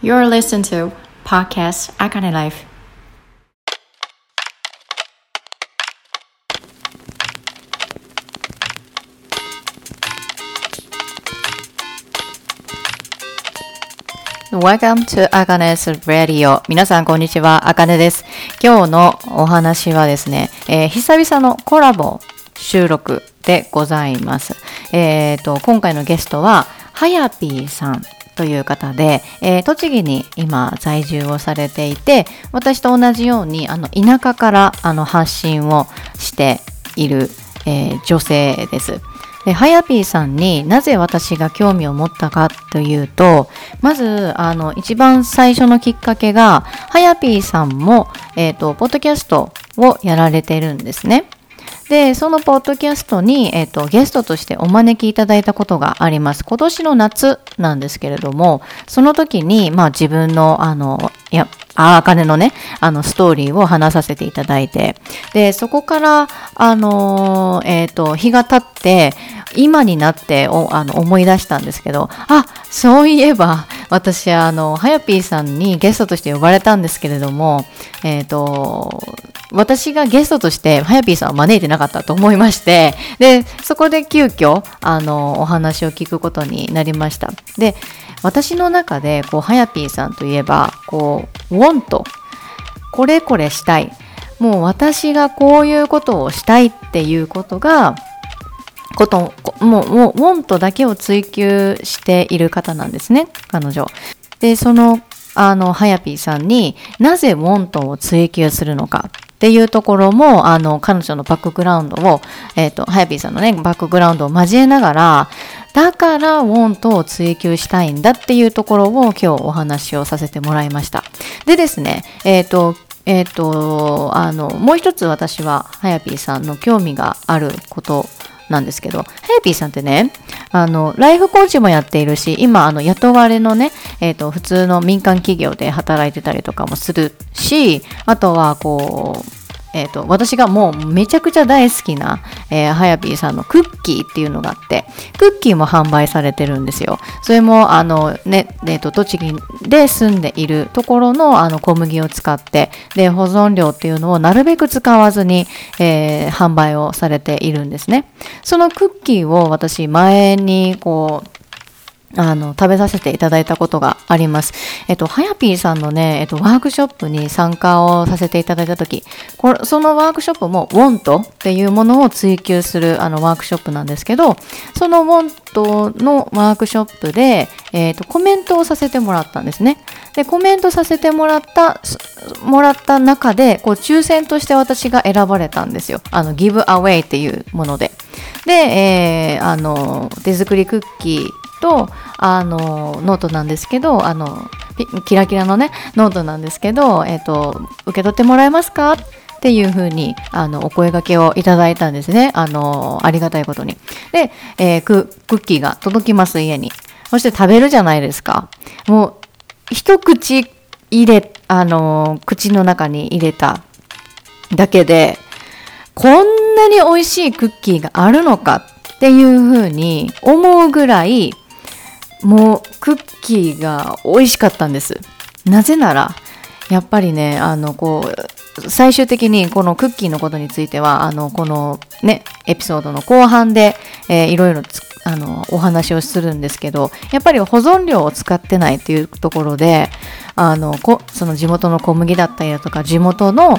You're listening to Podcast Akane Life. Welcome to Akane's Radio. 皆さんこんにちは、Akane です。今日のお話はですね、久々のコラボ収録でございます。今回のゲストははやぴーさんという方で、栃木に今在住をされていて、私と同じように田舎から発信をしている、女性です。ではやぴーさんになぜ私が興味を持ったかというと、まず一番最初のきっかけが、はやぴーさんも、ポッドキャストをやられているんですね。でそのポッドキャストに、ゲストとしてお招きいただいたことがあります。今年の夏なんですけれども、その時に、自分のAkaneのねストーリーを話させていただいて、でそこから日が経って今になって思い出したんですけど、そういえば私はやぴーさんにゲストとして呼ばれたんですけれども、私がゲストとしてはやぴーさんを招いてなかったと思いまして、でそこで急遽お話を聞くことになりました。で私の中ではやぴーさんといえばwant これこれしたい、もう私がこういうことをしたいっていうことがもうwantだけを追求している方なんですね、彼女で。そのはやぴーさんになぜwantを追求するのかっていうところも彼女のバックグラウンドをはやぴーさんのねバックグラウンドを交えながら、だからwantを追求したいんだっていうところを今日お話をさせてもらいました。でですね、もう一つ私ははやぴーさんの興味があることなんですけど、はやぴーさんってねライフコーチもやっているし、今雇われのね、普通の民間企業で働いてたりとかもするし、あとは私がもうめちゃくちゃ大好きな、はやぴーさんのクッキーっていうのがあって、クッキーも販売されてるんですよ。それも栃木で住んでいるところの小麦を使って、で保存料っていうのをなるべく使わずに、販売をされているんですね。そのクッキーを私前に食べさせていただいたことがあります。はやぴーさんのね、ワークショップに参加をさせていただいたとき、そのワークショップも want っていうものを追求するワークショップなんですけど、その want のワークショップで、コメントをさせてもらったんですね。で、コメントさせてもらった中で、抽選として私が選ばれたんですよ。ギブアウェイっていうもので。で、手作りクッキーとノートなんですけど、キラキラのねノートなんですけど、受け取ってもらえますかっていう風にお声掛けをいただいたんですね。ありがたいことに。で、クッキーが届きます、家に。そして食べるじゃないですか。もう一口口の中に入れただけで、こんなに美味しいクッキーがあるのかっていう風に思うぐらい、もうクッキーが美味しかったんです。なぜならやっぱりね最終的にこのクッキーのことについてはこのねエピソードの後半で、いろいろお話をするんですけど、やっぱり保存料を使ってないっていうところでその地元の小麦だったりだとか、地元の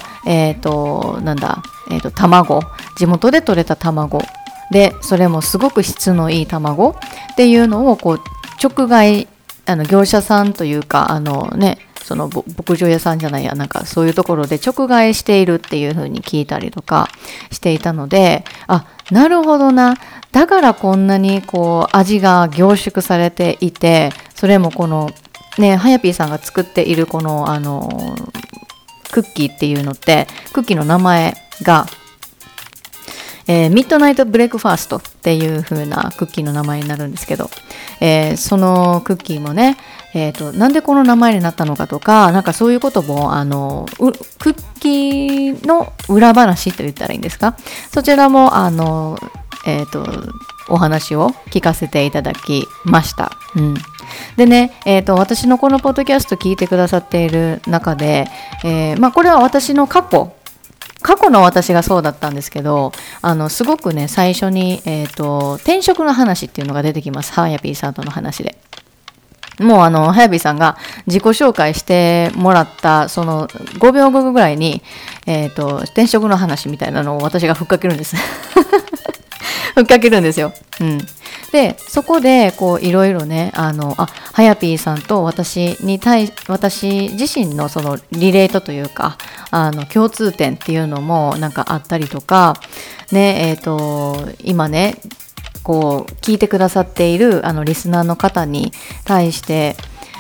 卵、地元で採れた卵で、それもすごく質のいい卵っていうのを直売業者さんというかその牧場屋さんじゃないや、そういうところで直売しているっていう風に聞いたりとかしていたので、なるほどな、だからこんなに味が凝縮されていて、それもはやぴーさんが作っているクッキーっていうのって、クッキーの名前がミッドナイトブレックファーストっていう風なクッキーの名前になるんですけど、そのクッキーもね、なんでこの名前になったのかとか、そういうこともクッキーの裏話と言ったらいいんですか、そちらもお話を聞かせていただきました。でね、私のこのポッドキャスト聞いてくださっている中で、これは私の過去の私がそうだったんですけど、すごくね、最初に、転職の話っていうのが出てきます。はやぴーさんとの話で。もうはやぴーさんが自己紹介してもらったその5秒後ぐらいに、転職の話みたいなのを私がふっかけるんです。ふっかけるんですよ。で、そこでこういろいろね、はやぴーさんと私自身のそのリレートというか、共通点っていうのもなんかあったりとか、ね、今ね、こう聞いてくださっているリスナーの方に対して、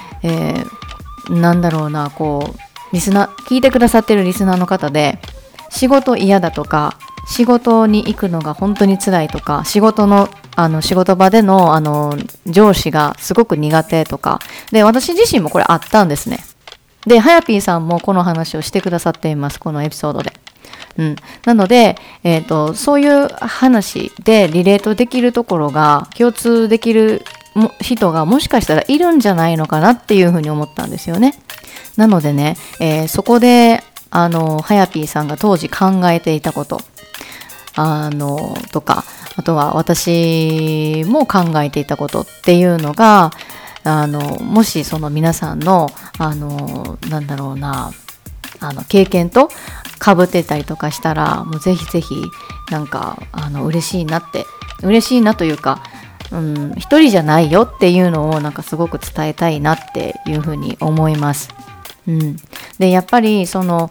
なんだろうな、こう聞いてくださっているリスナーの方で仕事嫌だとか、仕事に行くのが本当に辛いとか、仕事場での上司がすごく苦手とかで、私自身もこれあったんですね。で、はやぴーさんもこの話をしてくださっています、このエピソードで。なので、そういう話でリレートできるところが、共通できる人がもしかしたらいるんじゃないのかなっていうふうに思ったんですよね。なのでね、そこではやぴーさんが当時考えていたこととか、あとは私も考えていたことっていうのが、もしその皆さんのなんだろうな、経験と被ってたりとかしたら、もうぜひぜひなんか嬉しいなというか、一人じゃないよっていうのをなんかすごく伝えたいなっていうふうに思います。で、やっぱりその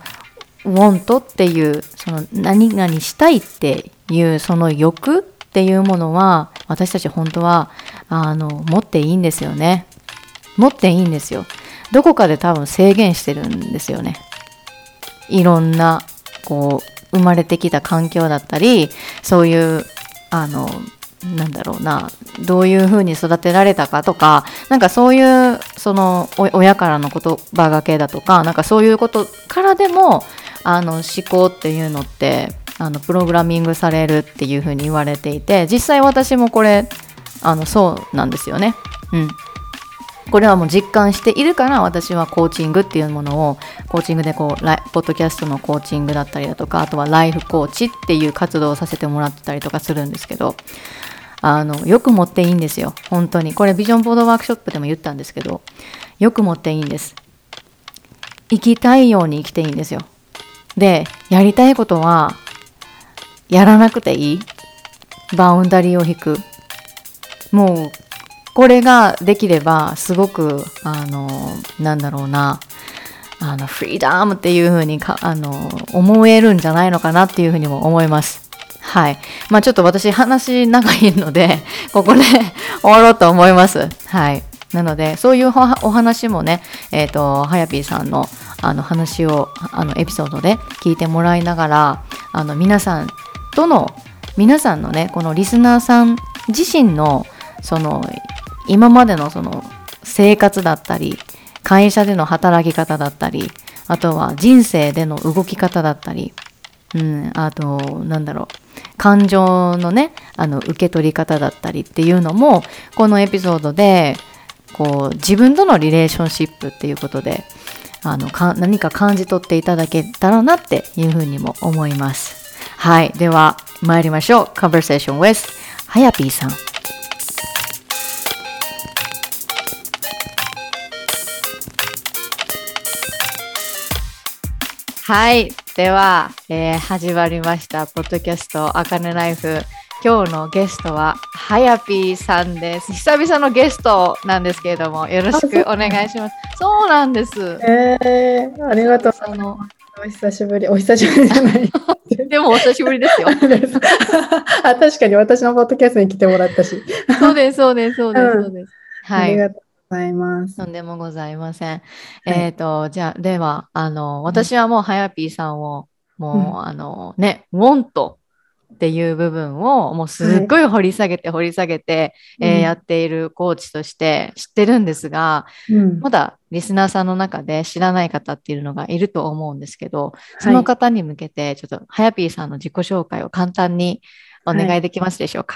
want っていうその何々したいっていうその欲っていうものは、私たち本当は持っていいんですよね。持っていいんですよ。どこかで多分制限してるんですよね。いろんなこう生まれてきた環境だったり、そういうなんだろうな、どういうふうに育てられたかとか、なんかそういうその親からの言葉がけだとか、なんかそういうことからでも思考っていうのってプログラミングされるっていうふうに言われていて、実際私もこれそうなんですよね。これはもう実感しているから、私はコーチングっていうものを、コーチングでこうポッドキャストのコーチングだったりだとか、あとはライフコーチっていう活動をさせてもらってたりとかするんですけど、よく持っていいんですよ。本当にこれビジョンボードワークショップでも言ったんですけど、よく持っていいんです。生きたいように生きていいんですよ。で、やりたいことはやらなくていい。バウンダリーを引く。もうこれができればすごくなんだろうな、フリーダムっていう風に思えるんじゃないのかなっていう風にも思います。はい。ちょっと私話長いのでここで終わろうと思います。はい。なのでそういうお話もね、はやぴーさんの話をエピソードで聞いてもらいながら、皆さんのね、このリスナーさん自身のその今までのその生活だったり、会社での働き方だったり、あとは人生での動き方だったり、あとなんだろう、感情のね受け取り方だったりっていうのも、このエピソードでこう自分とのリレーションシップっていうことで何か感じ取っていただけたらなっていうふうにも思います。はい、では参りましょう。 Conversation with はやぴーさん。はい。では、始まりました。ポッドキャスト、あかねライフ。今日のゲストは、はやぴーさんです。久々のゲストなんですけれども、よろしくお願いします。そうなんです。 ありがとうございます。お久しぶりじゃない。 でもお久しぶりですよ。 確かに私のポッドキャストに来てもらったし。 そうです。 はい。ありがとうございます。 とんでもございません。じゃあ、では、私はもうはやぴーさんを、もう、ウォントっていう部分をもうすっごい掘り下げて、やっているコーチとして知ってるんですが、まだリスナーさんの中で知らない方っていうのがいると思うんですけど、その方に向けてちょっとはやぴーさんの自己紹介を簡単にお願いできますでしょうか。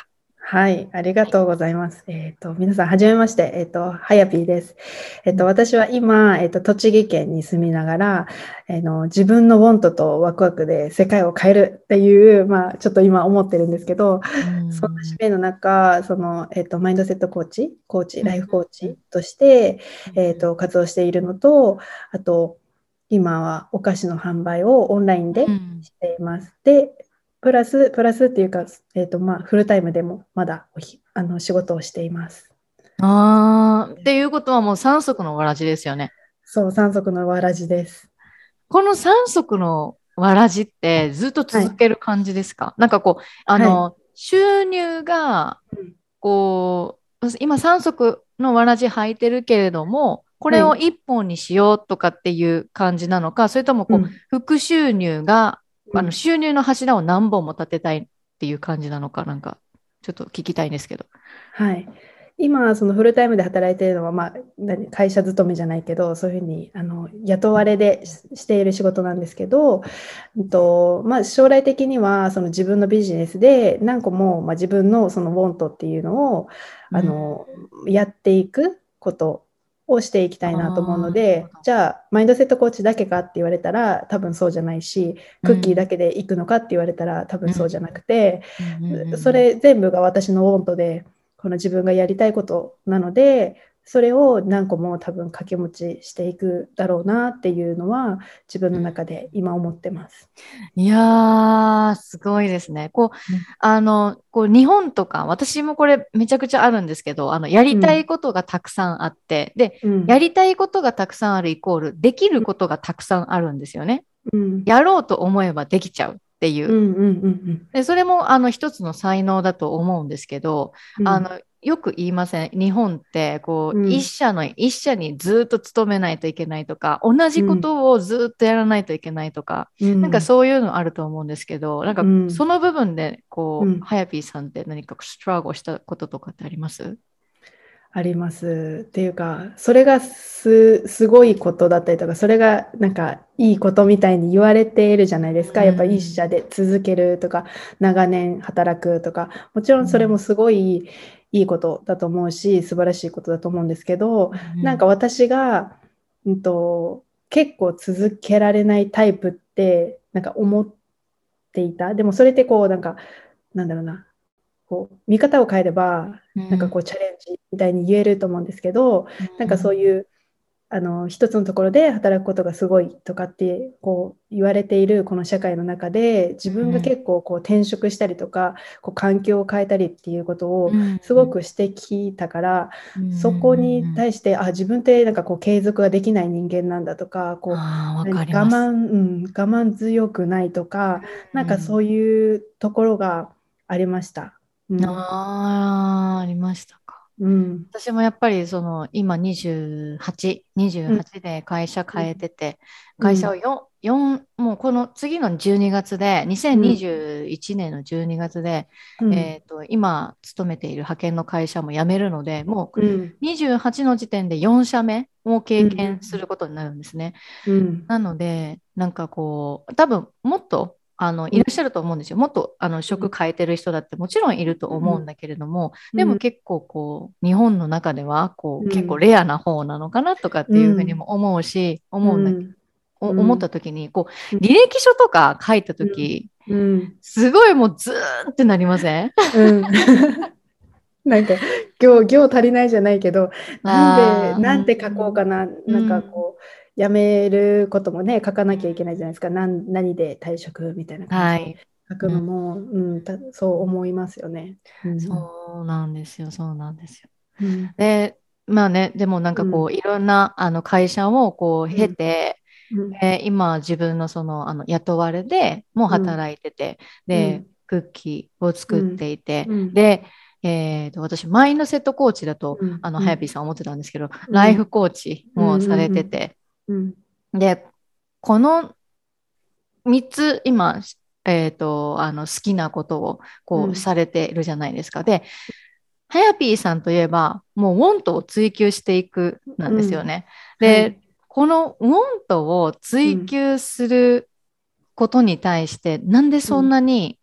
はい、ありがとうございます。皆さん、はじめまして。はやぴーです。私は今、栃木県に住みながら、自分のウォントとワクワクで世界を変えるっていう、まあ、ちょっと今思ってるんですけど、 うそんな使ん。 命の中、マインドセットコーチ、 うん。 ライフコーうん。 チとして、 うん。 活動しているのと、あと、今はお菓子の販売をオンラインでうん。 しています。で、プラスっていうか、まあ、フルタイムでもまだ仕事をしています。 ああ、っていうことはもう三足のわらじですよね。 そう、三足のわらじです。 この三足のわらじってずっとはい。 続ける感じですか？なんかこう、 はい。 収入が、 うん、 こ今三足のわらじ履いてるけれども、これをはい。 一本にしようとかっていう感じなのか、それともこう、 うん。 副収入が、 うん。 収入の柱を何本も立てたいっていう感じなのか、なんか、ちょっと聞きたいんですけど。 はい。今、そのフルタイムで働いているのは、まあ、会社勤めじゃないけど、そういうふうに雇われでしている仕事なんですけど、まあ、将来的にはその自分のビジネスで何個も、まあ、自分のそのウォントっていうのをうん。 やっていくことをしていきたいなと思うああ、 のなるほど。 で、じゃあマインドセットコーチだけかって言われたら多分そうじゃないし、クッキーうん。 だけで行くのかって言われたら多分うん。 そうじゃなくて、 うん。うん。うん。 それ全部が私のウォントで、この自分がやりたいことなので、それを何個も多分掛け持ちしていくだろうなっていうのは自分の中で今思ってます。 いやー、すごいですね。 うん。 日本とか、私もこれめちゃくちゃあるんですけど、やりたいうん。 ことがたくさんあって、で、 うん。 やりたいことがたくさんあるイコール、できることがたくさんあるんですよね。 うん。 やろうと思えばできちゃうっていう。 うん。うん。うん。 で、それも一つの才能だと思うんですけど、 うん。 よく言いません？日本ってこううん。 一社にずっと勤めないといけないとか、同じこうん。 とをずっとやらないといけないとか、なんかうん。 そういうのあると思うんですけど、なんかうん。 その部分でこう、 うん。 はやぴーさんって何かストラゴしたこととかってあります？ あります。っていうか、それがすごいことだったりとか、それがなんかいいことみたいに言われているじゃないですか。 うやっぱ一ん。 社で続けるとか、長年働くとか、もちろんそれもうん。 すごいいいことだと思うし、素晴らしいことだと思うんですけど、 うん。 なんか私が、結構続けられないタイプって、なんか思っていた。でもそれってこう、なんか、なんだろうな。こう見方を変えれば、 うん。 なんかこうチャレンジみたいに言えると思うんですけど、なんかそういう一つのところで働くことがすごいとかってこう言われているこの社会の中で、自分がうん。 結構こう転職したりとか、こう環境を変えたりっていうことをうん。 すごくしてきたから、 うん。うん。 そこにうん。 対して自分ってなんかこう継続ができない人間なんだとか、こああ、わうかります。 我慢強くないとか、なんかそうん。 ういうところがありました。うん。 ああ、ありましたか。 うん。 私もやっぱりその今28、 うん。 28で会社うん。 変えてて、会社をうん。 もうこの次の12月で、 うん。 2021年の12月で、 うん。 今勤めている派遣の会社も辞めるので、もうん。 う28の時点で4社目を経うん。 験することになるんですね。 うん。 なので、なんかこう、多分もっというん。 らっしゃると思うんですよ。もっと職変えてる人だってもちろんいると思うんだけれども、でも結構こう、日本の中ではこう結構レアな方なのかなとかっていうふうにも思うし、思った時に、こう、履歴書とか書いた時、すごいもうずーってなりません？ なんか、行足りないじゃないけど、 ああー、 なんて書こうかな、 うん、 なんうん、 かこう、辞めることもね、書かなきゃいけないじゃないですか。何で退職みたいな感じではい。 書くうん、 のも、そう思いますよね。うん。 そうなんですよ、そうなんですよ。 うん。 で、まあね、でもなんかこう、 うん。 いろんな会社をこう経うん。 て、 うん。 今自分のその、雇われでもううん。 働いてて、で、 うん。 クッキーを作っていて、 うん。 で、私、マインドセットコーチだと、 うん。うん。 はやぴーさん思ってたんですけど、 うん。 ライフコーチうん。 もされうん。 てて、 うん。 で、この3つ今、好きなことをうん。 こうされているじゃないですか。で、はやぴーさんといえば、もうウォントを追求していくなんうん。 ですよね。で、 はい。 このウォントを追うん。 求することに対して、なんでそんうん。 なに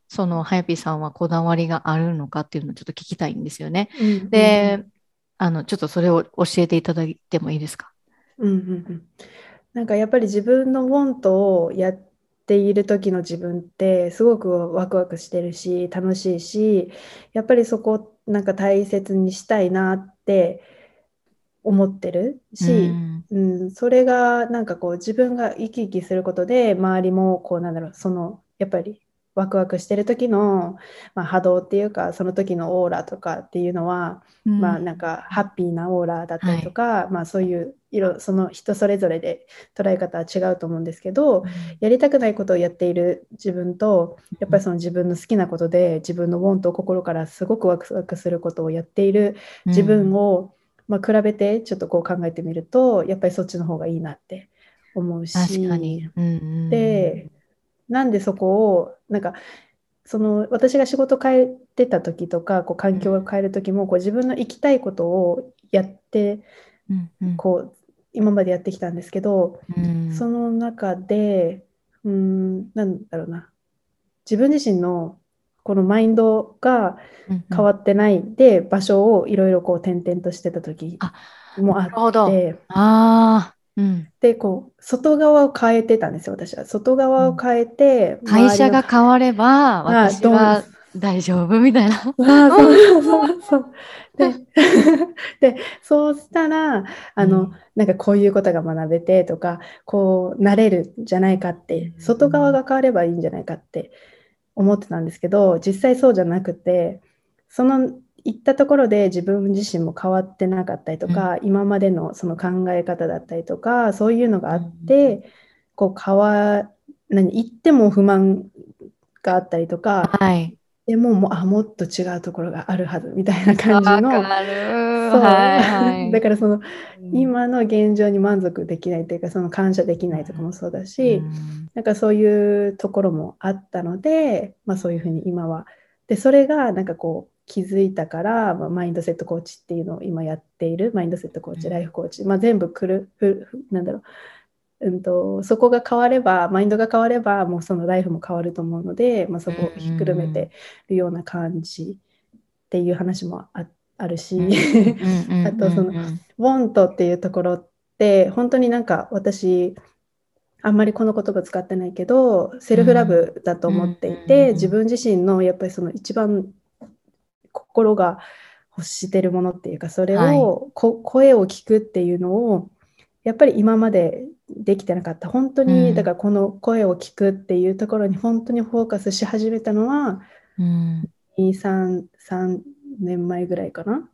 そのはやぴーさんはこだわりがあるのかっていうのをちょっと聞きたいんですよね。 うんうんで、ちょっとそれを教えていただいてもいいですか？ うんうんうん。なんかやっぱり自分のウォントをやっている時の自分ってすごくワクワクしてるし楽しいし、やっぱりそこをなんか大切にしたいなって思ってるうし、 ん。 それがなんかこう自分が生き生きすることで周りもこうなんだろう、そのやっぱりワクワクしてる時の、波動っていうかその時のオーラとかっていうのは、 うん。 なんかハッピーなオーラだったはい。 りとか、そういうその人それぞれで捉え方は違うと思うんですけど、 うん。 やりたくないことをやっている自分とやっぱりその自分の好きなことで自分のウォンと心からすごくワクワクすることをやっている自分うんを、比べてちょっとこう考えてみるとやっぱりそっちの方がいいなって思う確かに。 し、 うんうんでなんでそこをなんかその私が仕事変えてた時とかこう環境を変える時もこう自分の行きたいことをやってうんうんこう今までやってきたんですけど、 うんその中でなんだろうな、自分自身のこのマインドがうんうん。 変わってないで場所をいろいろこう転々としてた時あ、なもあっるほど。 て、 ああ、うん。 でこう外側を変えてたんですよ、私は。外側をうん。 変えて会社周りのが変われば、 がどん私は大丈夫みたいな。 ああ、そうんうそうそう。で、で、そうしたら、 うんなんかこういうことが学べてとか、こうなれるんじゃないかっうて、外側んが変わればいいんじゃないかって思ってたんですけど、実際そうじゃなくて、その行ったところで自分自身も変わってなかったりとうんか、今までのその考え方だったりとか、そういうのがあっうんて、こう行っても不満があったりとか、 はい。 でもっと違うところがあるはずみたいな感じわの、 かる。 そう。 はいはだい。 からそのうん今の現状に満足できないというか、その感謝できないとかもそうだし、なんかそういうところもあったので、そういうふうに今は。で、それがなんかこう気づいたから、マインドセットコーチっていうのを今やっている、マインドセットコーチ、ライフコーチ、全部なんだろう、そこが変われば、マインドが変われば、もうそのライフも変わると思うので、そこをひっくるめてるような感じっていう話もあるし、あとその、ウォントっていうところって、本当になんか私、あんまりこの言葉使ってないけど、セルフラブだと思っていて、自分自身のやっぱりその一番心が欲してるものっていうか、それはい。 を声を聞くっていうのをやっぱり今までできてなかった。本当にだからこの声を聞くっていうところに本当にフォーカスし始めたのは2、3年前ぐらいかな、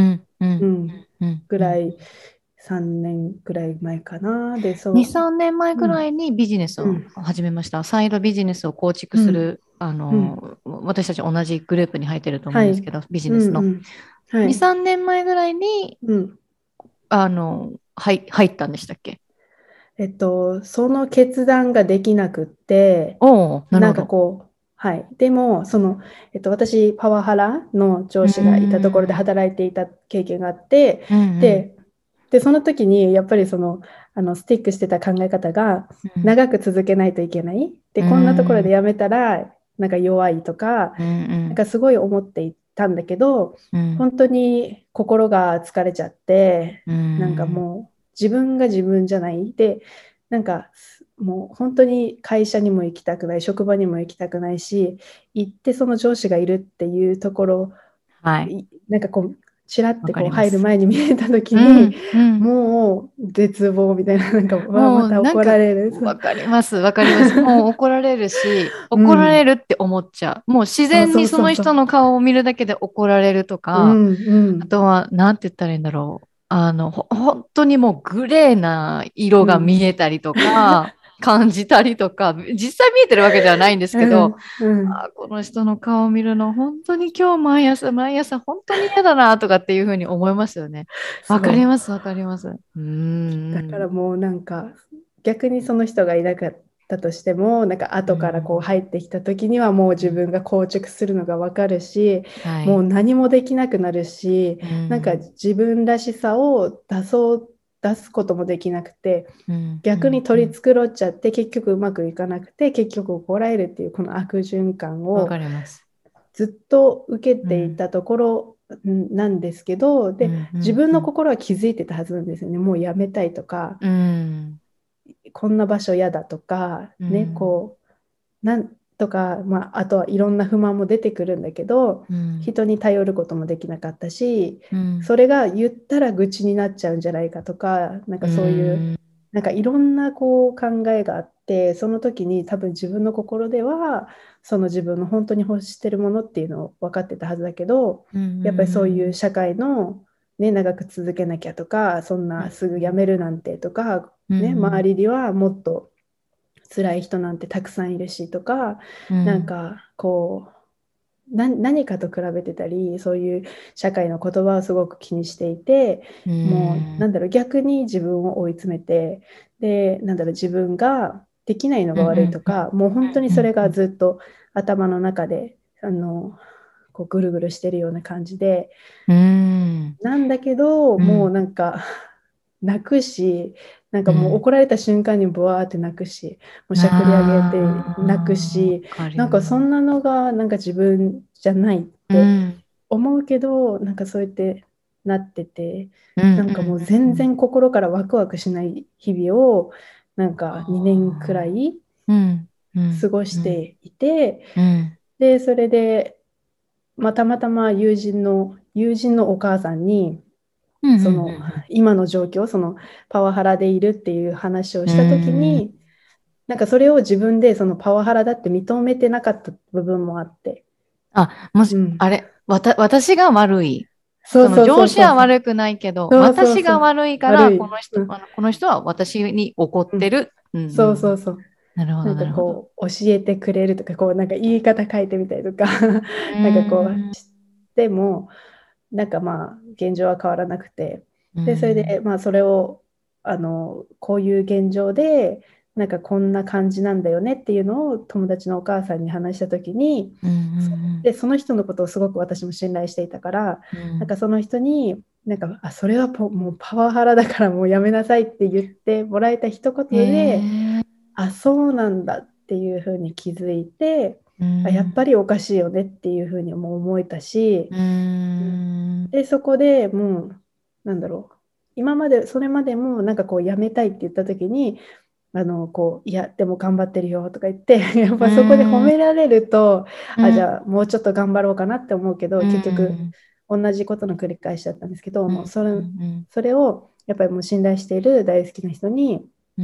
ぐらい、3年ぐらい前かな。で、 2、 そ 3年前う、うん、 ぐらいにビジネスをうん、 始めました。サイドビジネスを構築うん、 する、 うん、 私たち同じグループに入ってると思うはい、 んですけど、ビジうん、 ネスの。 うん、は 2、 い、 3年前ぐらいに、 うん。 入ったんでしたっけ？ その決断ができなくって、 おおー、なるなんかほど。 こう、はい。でも、私、パワハラの上うー司がいたところでん、 働いていた経験があって、 うん、うん、 で、その時に、やっぱりスティックしてた考え方が、 うん、 長く続けないといけない。で、 うこんなところん、 でやめたら、なんか弱いとか、 うん、 なんかすごい思っていたんだけど、 うん、 本当に心が疲れちゃって、 うなんかん、 もう自分が自分じゃない。で、なんかもう本当に会社にも行きたくない、職場にも行きたくないし、行ってその上司がいるっていうところ、 はい、 なんかこう、ちらっわてこう入るかります。 前に見えた時に、 うん、うん。 もう絶望みたいな、なんか、まもうた怒なんか、 られる。 わかります、わかります。もう怒られるし、 うん、 怒られるって思っちゃう。もう自然にそうそうその人そうそう。 の顔を見るだけで怒られるとか、 うん、うん、 あとは、なんて言ったらいいんだろう。本当にもうグレーな色がうん。 見えたりとか、感じたりとか、実際見えてるわけではないんですけど、 うん、うん。 この人の顔を見るの、本当に今日毎朝、本当に嫌だなとかっていうふうに思いますよね。わかりそう。 ます、わかります。 だからもうなんか逆にその人がいなかったとしてもなんかう後からこうん。 入ってきた時にはもううん。 自分が硬直するのが分かるし、 はい。 もう何もできなくなるし、 うなんかん。 自分らしさを出そう出すこともできなくて、 うん逆に取り繕っちゃって結局うまくいかなくて結局怒られるっていうこの悪循環わをかります。 ずっと受けていうんたところなんですけど、で、 うんう自分のんうん心は気づいてたはずなんですよね。もうやめたいとか、 うんこんな場所嫌だとか、 うね、 んなんとか、あとはいろんな不満も出てくるんだけど、 うん人に頼ることもできなかったし、 うんそれが言ったら愚痴になっちゃうんじゃないかとか、なんうかそういう、 んなんかいろんなこう考えがあって、その時に多分自分の心では、その自分の本当に欲してるものっていうのを分かってたはずだけど、 うんうんやっぱりそういううん社会の、ね、長く続けなきゃとか、そんなすぐ辞めるなんてとか、ね、周りにはもっと辛い人なんてたくさんいるしとか、なんうんかこう何かと比べてたり、そういう社会の言葉をすごく気にしていて、 うもうんなんだろう、逆に自分を追い詰めて、でなんだろう、自分ができないのがうん悪いとか、もう本当にそれがうんずっと頭の中でこうぐるぐるしてるような感じで、 うんなんだけど、もううんなんか泣くし、なんかもううん怒られた瞬間にブワーって泣くし、もうしゃくり上げて泣くああ、わし、 かる。 なんかそんなのがなんか自分じゃないってうん思うけど、なんかそうやってなってて、 うんうんなんかもううんうん全然心からワクワクしない日々を、なんか2年くらあいーうんうん過ごしうんていて、 うんで、それで、たまたま友人のお母さんに、 うんうんそのうん今の状況、そのパワハラでいるっていう話をうしたときんに、なんかそれを自分でそのパワハラだって認めてなかった部分もあって、 あ、もし、 うん、 あれ、私が悪い。そのそうそうそ上司はうそうそう、 悪くないけど、 そうそう私がそう、 悪いから、 悪い、うん、 この人は私に怒っうん、 てる。うんうそうそん。 うそう、 なるほど、 なんかなるほど。 こう教えてくれるとか、こうなんか言い方変えてみたりとか、 うなんかこーん。 うしても、なんか現状は変わらなくて、 うでそれでん。 それをこういう現状でなんかこんな感じなんだよねっていうのを友達のお母さんに話した時に、 うん。 でその人のことをすごく私も信頼していたから、 うん。 なんかその人になんかそれはもうパワハラだからもうやめなさいって言ってもらえた一へ言で、 え。 そうなんだっていうふうに気づいて、 うやっぱん。 りおかしいよねっていうふうにも思えたし、 うん。 で、そこでもう、なんだろう、今まで、それまでも、なんかこう、やめたいって言った時に、いや、でも頑張ってるよとか言って、やっうぱそこで褒ん。 められると、じうん。 ゃあもうちょっと頑張ろうかなって思うけど、 う結局、 ん。 同じことの繰り返しだったんですけど、 うん。 もうそれ、 うん。 それを、やっぱりもう信頼している大好きな人に、 うん。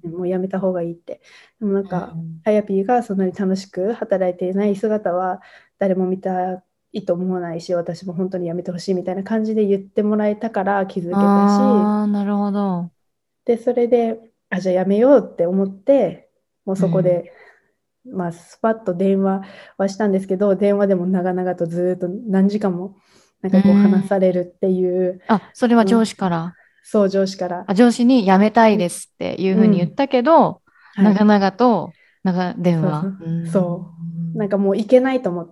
もうやめた方がいいって。でもなんか、 うん。 あやぴーがそんなに楽しく働いていない姿は誰も見たいと思わないし、私も本当にやめてほしいみたいな感じで言ってもらえたから気づけたし、 ああ、なるほど。 で、それで、じゃあやめようって思って、もううん。 そこで、スパッと電話はしたんですけど、電話でも長々とずっと何時間も、なんうかこう話ん。 されるっていう、 あ、それは上うん、 司から。 そう上司から、 あ、上司に辞めたいうん、 ですっていうふううん、 に言ったけど、 はい。 長々と電話。 そうそう。なんん。 かもう行けないと思って、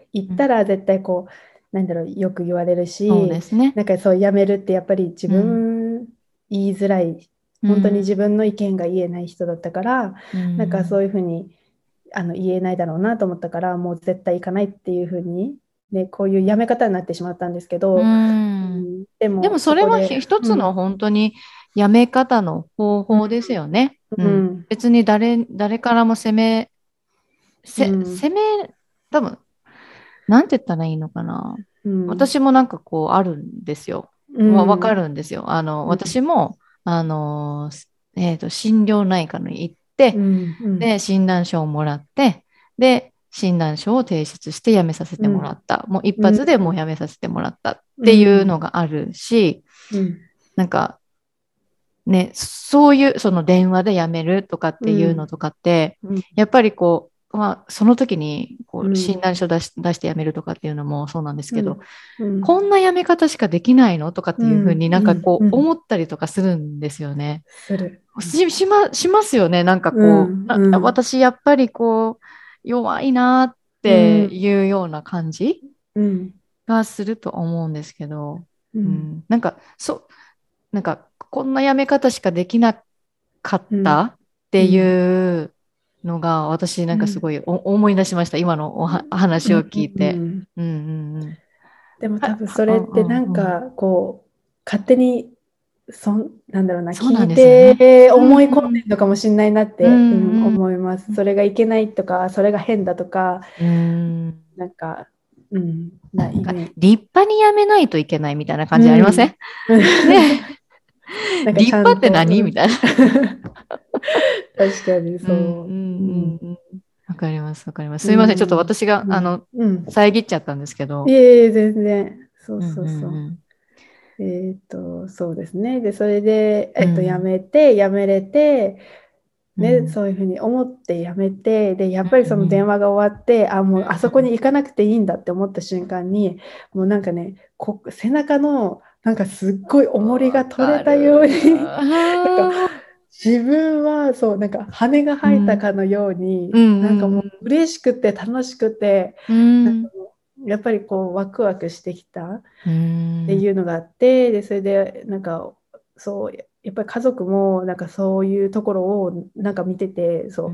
行うんったら絶対こう、なんだろう、よく言われるそうでし、 すね。 なんかそう辞めるってやっぱり自うん。 分言いづらい、本当にうん。 自分の意見が言えない人だったから、 うなんかそん。 ういうふうに言えないだろうなと思ったから、もう絶対行かないっていうふうに、ね、こういう辞め方になってしまったんですけうど、 ん。 でもでもそれそこで、 は一つの本当に辞め方の方うん、 法ですよね。うん。 うん、 別に誰からもうん、 責め、多分、なんて言ったらいいのかな。 うん、 私もなんかこうあるんですよ。 うわかん、 るんですよ。 うん、 私も、心療内科に行って、 うん、うん、 で、診断書をもらって、で、診断書を提出して辞めさせてもらうん、 った。もう一うん、 発でもう辞めさせてもらったっうていうん、 のがあるし、 うん、 なんかね、そういう、その電話で辞めるとかっていうのうん、 とかって、 うん、 やっぱりこう、その時にこう診うん、 断書出して辞めるとかっていうのもそうなんですけど、 うん、うん、 こんな辞め方しかできないのとかっていうふううん、 になんかこううん、 思ったりとかするんですよね。 する。 しますよね。なんかこう、 うん、うん、 私やっぱりこう、弱いなってうん、 いうような感じうん、 がすると思うんですけど、 うん、 うん、なんかなんかこんな辞め方しかできなかっうん、 たっていうん、 うのが私なんかすうん、 ごい思い出しました。今の話をうん、 聞いて。 うん。 うんうんうん。 でも多分そうれってなんうんうん。 んかこう勝手になんだろうな、聞いそうなんですよね。 てうん思い込んでうんるのかもしれないなっうて、 ん思います。それがいけないとか、それが変だとか、 うん。 なんか、ななんかイメージ。 立派にやめないといけないみたいな感じありません？ うん。 ね。 なんかち立派ってゃんと、 何みたいな。 確かにうんうんそう。 うんうん。わかります、わかります。 うすいません。ちょっとん。 私が、 うん。うん。 遮っちゃったんですけど。 いえいえ、全然。そううんうそうそう。 んそうですね。で、それで、 うん。うん辞めて、辞めれて、ね、 うんそういうふうに思って辞めて、で、やっぱりその電うん話が終わって、もうあそこに行かなくていいんだって思った瞬間に、もうなんかね、背中の、なんかすっごい重りわが取れかたように、 る。 なんかあー自分はそう、なんか羽が生えたうんかのように、 うんなんかもううん嬉しくて楽しくて、 うなんかんもうやっぱりこうワクワクしてきたっうてんいうのがあって、で、それでなんかそう、やっぱり家族もなんかそういうところをなんか見てて、そう、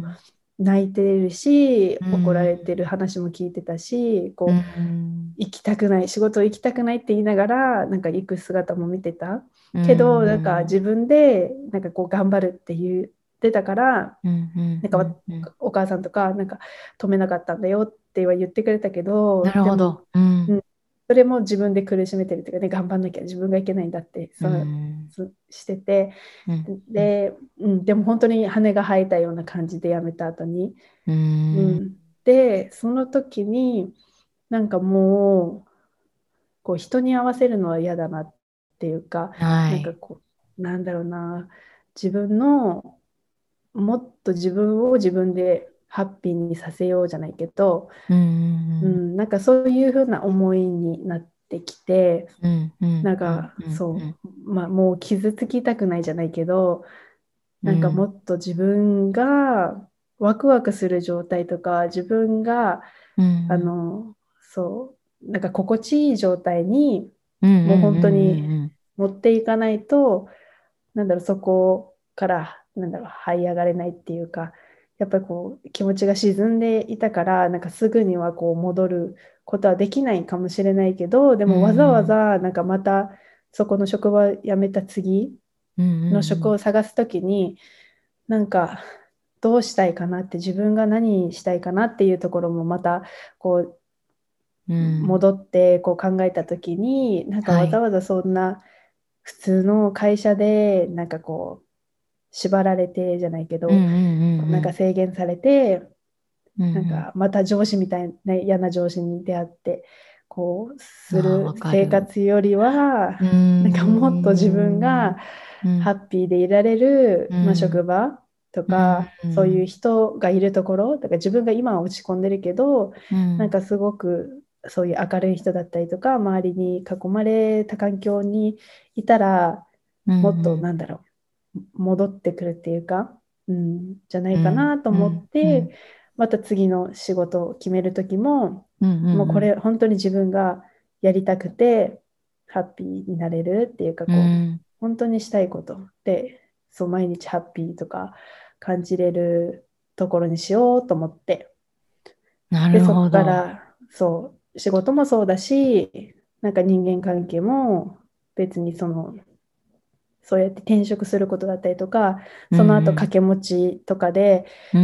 泣いてるし、 う怒らんれてる話も聞いてたし、 うこう、 ん行きたくない、仕事行きたくないって言いながら、なんか行く姿も見てた。 うけど、なんかん自分で、なんかこう頑張るって言ってたから、 うんうんなんかうんお母さんとか、なんか止めなかったんだよっては言ってくれたけなど、でも、 るほど。うんうん、それも自分で苦しめてるっていうかね、頑張んなきゃ自分がいけないんだって、 うそうんしてて、 うんで、でも本当に羽が生えたような感じで辞めた後に、 うんで、その時に、なんかもう、こう人に合わせるのは嫌だなっていうか、なんかはい。 こう、なんだろうな、自分の、もっと自分を自分でハッピーにさせようじゃないけど、 うんなんかそういうふうな思いになってきて、 うんうんなんうんかそうんう、まあもう傷つきたくないじゃないけど、なんかもうんっと自分がワクワクする状態とか、自分が、あうんの、なんか心地いい状態に、 うんうんもう本当にうんうん持っていかないと、なんだろう、そこから、なんだろう、這い上がれないっていうか、やっぱりこう、気持ちが沈んでいたから、なんかすぐにはこう戻ることはできないかもしれないけど、でうもわざわんざ、なんかまた、そこの職場辞めた次うんの職を探すときに、なんか、どうしたいかなって、自分が何したいかなっていうところもまた、こうう、 ん戻ってこう考えたときに、なんかはい。 わざわざそんな普通の会社で、なんかこう、縛られてじゃないけど、 うんうんなんかうん制限されて、 うんうんうんなんかまた上司みたいな嫌な上司に出会って、こうすああ、わる生かる。 活よりは、 うーなんかもっと自分ん。 がうん。 ハッピーでいられる、 うまあ、職ん。 場とうか、そういうん。 人がいるところ、だから自分が今は落ち込んでるけど、 うん。 なんかすごくそういう明るい人だったりとか、周りに囲まれた環境にいたら、 うもっとん。 なんだろ戻ってくるっていうか、じゃないかうん。 なと思っうん。うて、 ん。 また次の仕事を決める時も、 うん。 もうこうん。 れ本当に自分がやりたくて、ハッピーになれるっていうか、こう、 うん。 本当にしたいことで、そう、毎日ハッピーとか感じれるところにしようと思って、で、 なるそこかほど。 ら、そう、仕事もそうだし、なんか人間関係も別にそうやって転職することだったりとか、 うその後ん。 掛け持ちとかでうん。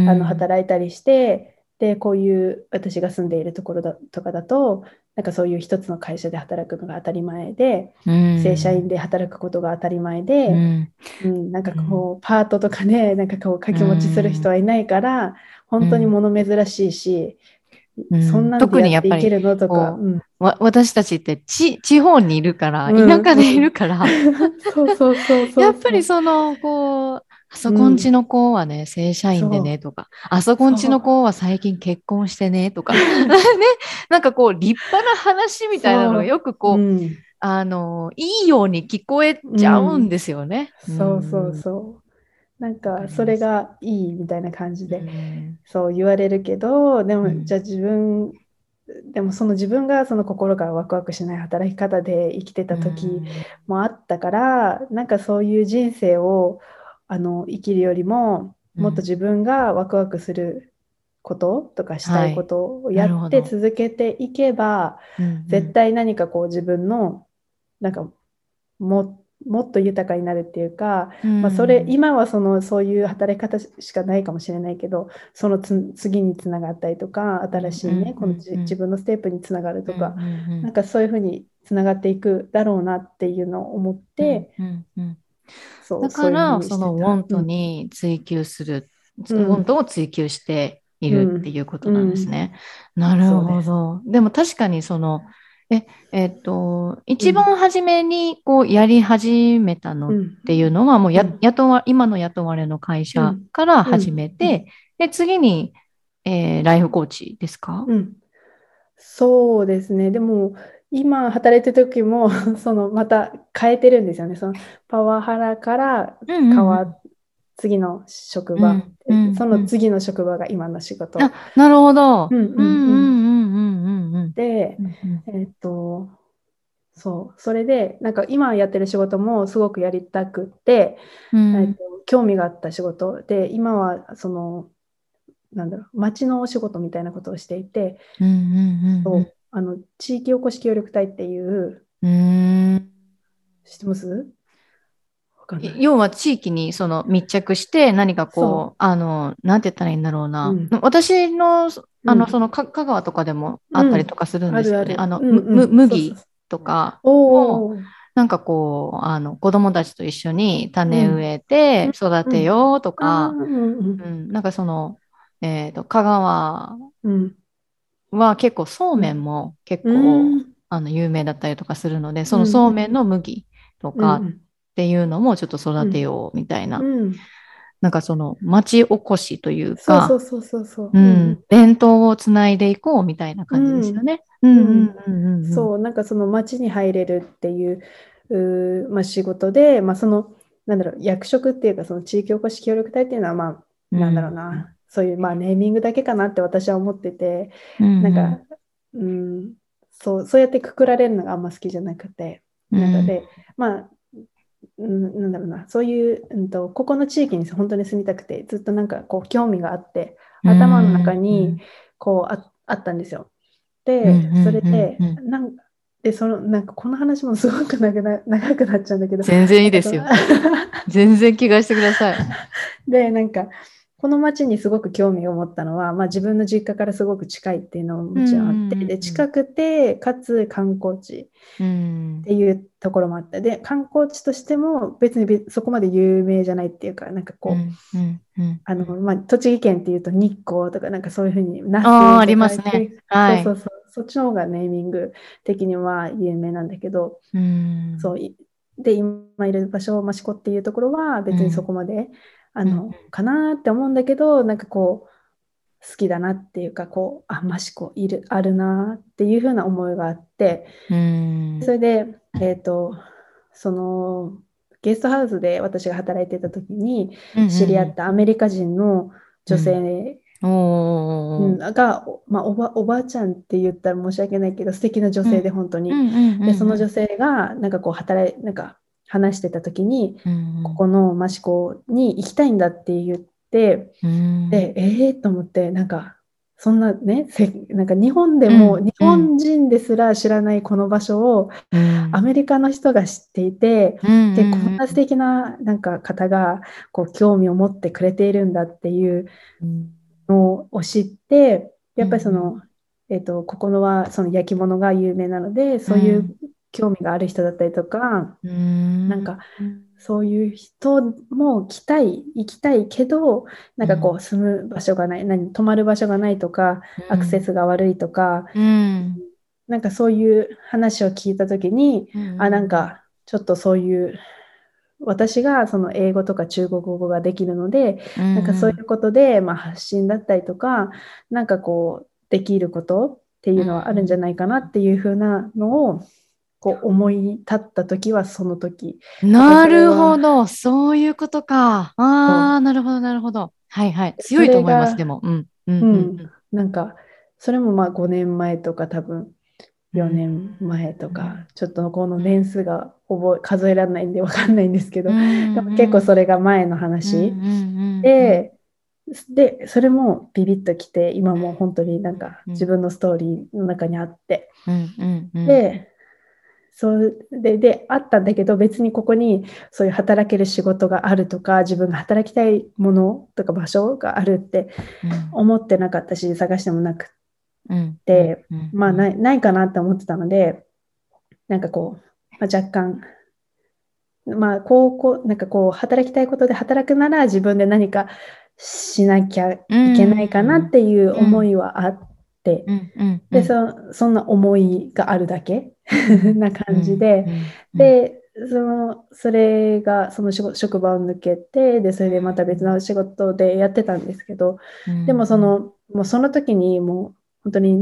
働いたりして、で、こういう私が住んでいるところとかだと、なんかそういう一つの会社で働くのが当たり前で、 う正社員ん。 で働くことが当たり前で、 うん。 なんかうん。 こう、パートとかね、なんかこう、掛うけ持ちする人ん。 はいないから、本当にうん物珍しいし、そんうん、 なんで特やっていけにやっぱりるのとか、 こ私たちって地方にいるから、田うん、 舎でいるうん。 から、 そうそうそうやっぱりそうそう。 あそこんちうん、 の子はね、正社員でねそう、 とか、あそこんちのそう。 子は最近結婚してねとか、ね、なんか立派な話みたいなのがよそう、 くいいように聞こえうちゃうんん、 ですよね。うそうそうん、 そう。なんわかか、それります。 がいいみたいな感じうで、 ん、 そう言われるけど、でも、じうん、 ゃあ自分でもその自分がその心からワクワクしない働き方で生きてた時もあったから、なんかそういう人生を生きるよりも、もっと自分がワクワクすることとかしたいこはい。 とをやってなるほど。 続けていけば、絶対何かこう自分のなんかもっと豊かになるっていうか、まあ、今はそういう働き方しかないかもしれないけど、その次につながったりとか、新しいね、この自分のステップにつながるとか、なんかそういうふうにつながっていくだろうなっていうのを思って、そういうふうだから、 にしてそのウォた。 ントに追求する、 うウォントん、 を追求していうるってん、 いうことうなんですん、 ね。なるそうです。 ほど。でも確かに一うん、 番初めにこうやり始めたのっうん、 ていうのは、もううん、 今の雇われの会社うん、 から始うん、うん、 めて、で、次に、ライフコーチですか？ うん。そうですね。でも、今働いてる時もまた変えてるんですよね。パワハラからうんうんうん。 次の職場。 うんうんそのうん。 次の職場が今の仕事。 あ、なるほど。 うんうんうんうん。 うんうんうんうんうん。 で、 うんうんえっと、それで、なんか今やってる仕事もすごくやりたくって、 うん興味があった仕事で、今は町のお仕事みたいなことをしていて、 うんうん地域おこし協力隊っていう、 うんうん。 知ってます？わかんない。 要は地域にその密着して何かこう、 そなんて言ったらいいんだろうう。うな。 ん。 私の、 うん。 香川とかでもあったりとうん。 かするんですよね。 あるある。うんうん。そうそう麦そう。 とかも、 おー。 なんかこう、子供たちと一緒に種植うん。 えてうん育てうん。 ようとああ、 か、 うんうん。 うん、なんか香川うん。 は結構そうめんうん。 も結う構ん。 有名だったりとかするので、そのうんそうめんの麦とかっうん。 ていうのもちょっと育てうん。 ようみたいな、 うん。 なんかその町おこしというか、 そうそうそうそうそう。 うん、 うん。 伝統をつないでいこうみたいなう感じですよん。 ね。うんうん。 うんうんうんうん。 そう、なんかその町に入れるっていう、まあ、仕事で、まあ、なんだろう、役職っていうか、その地域おこし協力隊っていうのは、まあ、なんだろううんな、そういう、まあ、ネーミングだけかなって私は思ってて、 うんなんか、 うんうん、そうやってくくられるのがあんま好きじゃなくて、 うんまあ、なんだろうな、そういう、ここの地域に本当に住みたくて、ずっとなんかこう興味があって、 う頭の中んにこうあったんですよ。で、 うんうんそれで、 うんうん。 なんかこの話もすごく長くなっちゃうんだけど、 全然いなんかいですよ。全然気がしてください。 で、なんか、この町にすごく興味を持ったのは、まあ、自分の実家からすごく近いっていうのももうんちろんあって、で、 うんうん近くて、かつ観光地うっんていうところもあった。で、観光地としても別にそこまで有名じゃないっていうか、なんかこう、 うんうんうんうん。 まあ、栃木県っていうと日光とかなんかそういうふうに那ああ、あり須とかますね。はい。 そうそうそう、そっちの方がネーミング的には有名なんだけど、 うん。 そうで今いる場所益子っていうところは別にそうん。 こまでうんかなって思うんだけど、なんかこう好きだなっていうか、こう益子あるなっていうふうな思いがあって、 うん。 それでそのゲストハウスで私が働いてた時にうん知り合うんったアメリカ人の女うん。 性、 うん。おー。 が、まあ、おばあちゃんって言ったら申し訳ないけど素敵な女性でうん本当に。 うんうんうでそんうん。 の女性がなんかこうなんか話してた時に、 うんここの益子に行きたいんだって言って、 うん。 でと思って、なんかそんなね、なんか日本でもうん日うん本人ですら知らないこの場所をうんアメリカの人が知っていて、 うんでこんうんな素敵ななんか方がこう興味を持ってくれているんだっていううんのを知って、やっぱりうんここのはその焼き物が有名なので、そういううん興味がある人だったりとか、なんうんかそういう人も行きたいけど、なんかこう住む場所がない、泊まる場所がないとか、アクセスが悪いとか、 うんなんかそういう話を聞いたときに、 うんなんうんかちょっとそういう、私がその英語とか中国語ができるので、 うなんかそうんいうことで、まあ、発信だったりとか、なんかこう、できることっていうのはあるんじゃないかなっていうふうなのを、こう思い立った時はその時。だからそれなるほは、 ど。そういうことか。ああ、 そう。 なるほど、なるほど。はいはい。強そいと思います、 れが、 でも。うん、うん、うん、 うん、 うん。 なんか、 それもまあ5年前とか多分4年前とか、ちょっとこの年数が数えられないんで分かんないんですけど、でも結構それが前の話で、それもビビッときて、今もう本当になんか自分のストーリーの中にあって、で、あったんだけど、別にここにそういう働ける仕事があるとか、自分が働きたいものとか場所があるって思ってなかったし、探してもなくて、まあないかなって思ってたので、なんかこう、まあ、若干、まあなんかこう、働きたいことで働くなら自分で何かしなきゃいけないかなっていう思いはあって、で、そんな思いがあるだけな感じで、で、それが、その職場を抜けて、で、それでまた別の仕事でやってたんですけど、でももうその時にもう本当に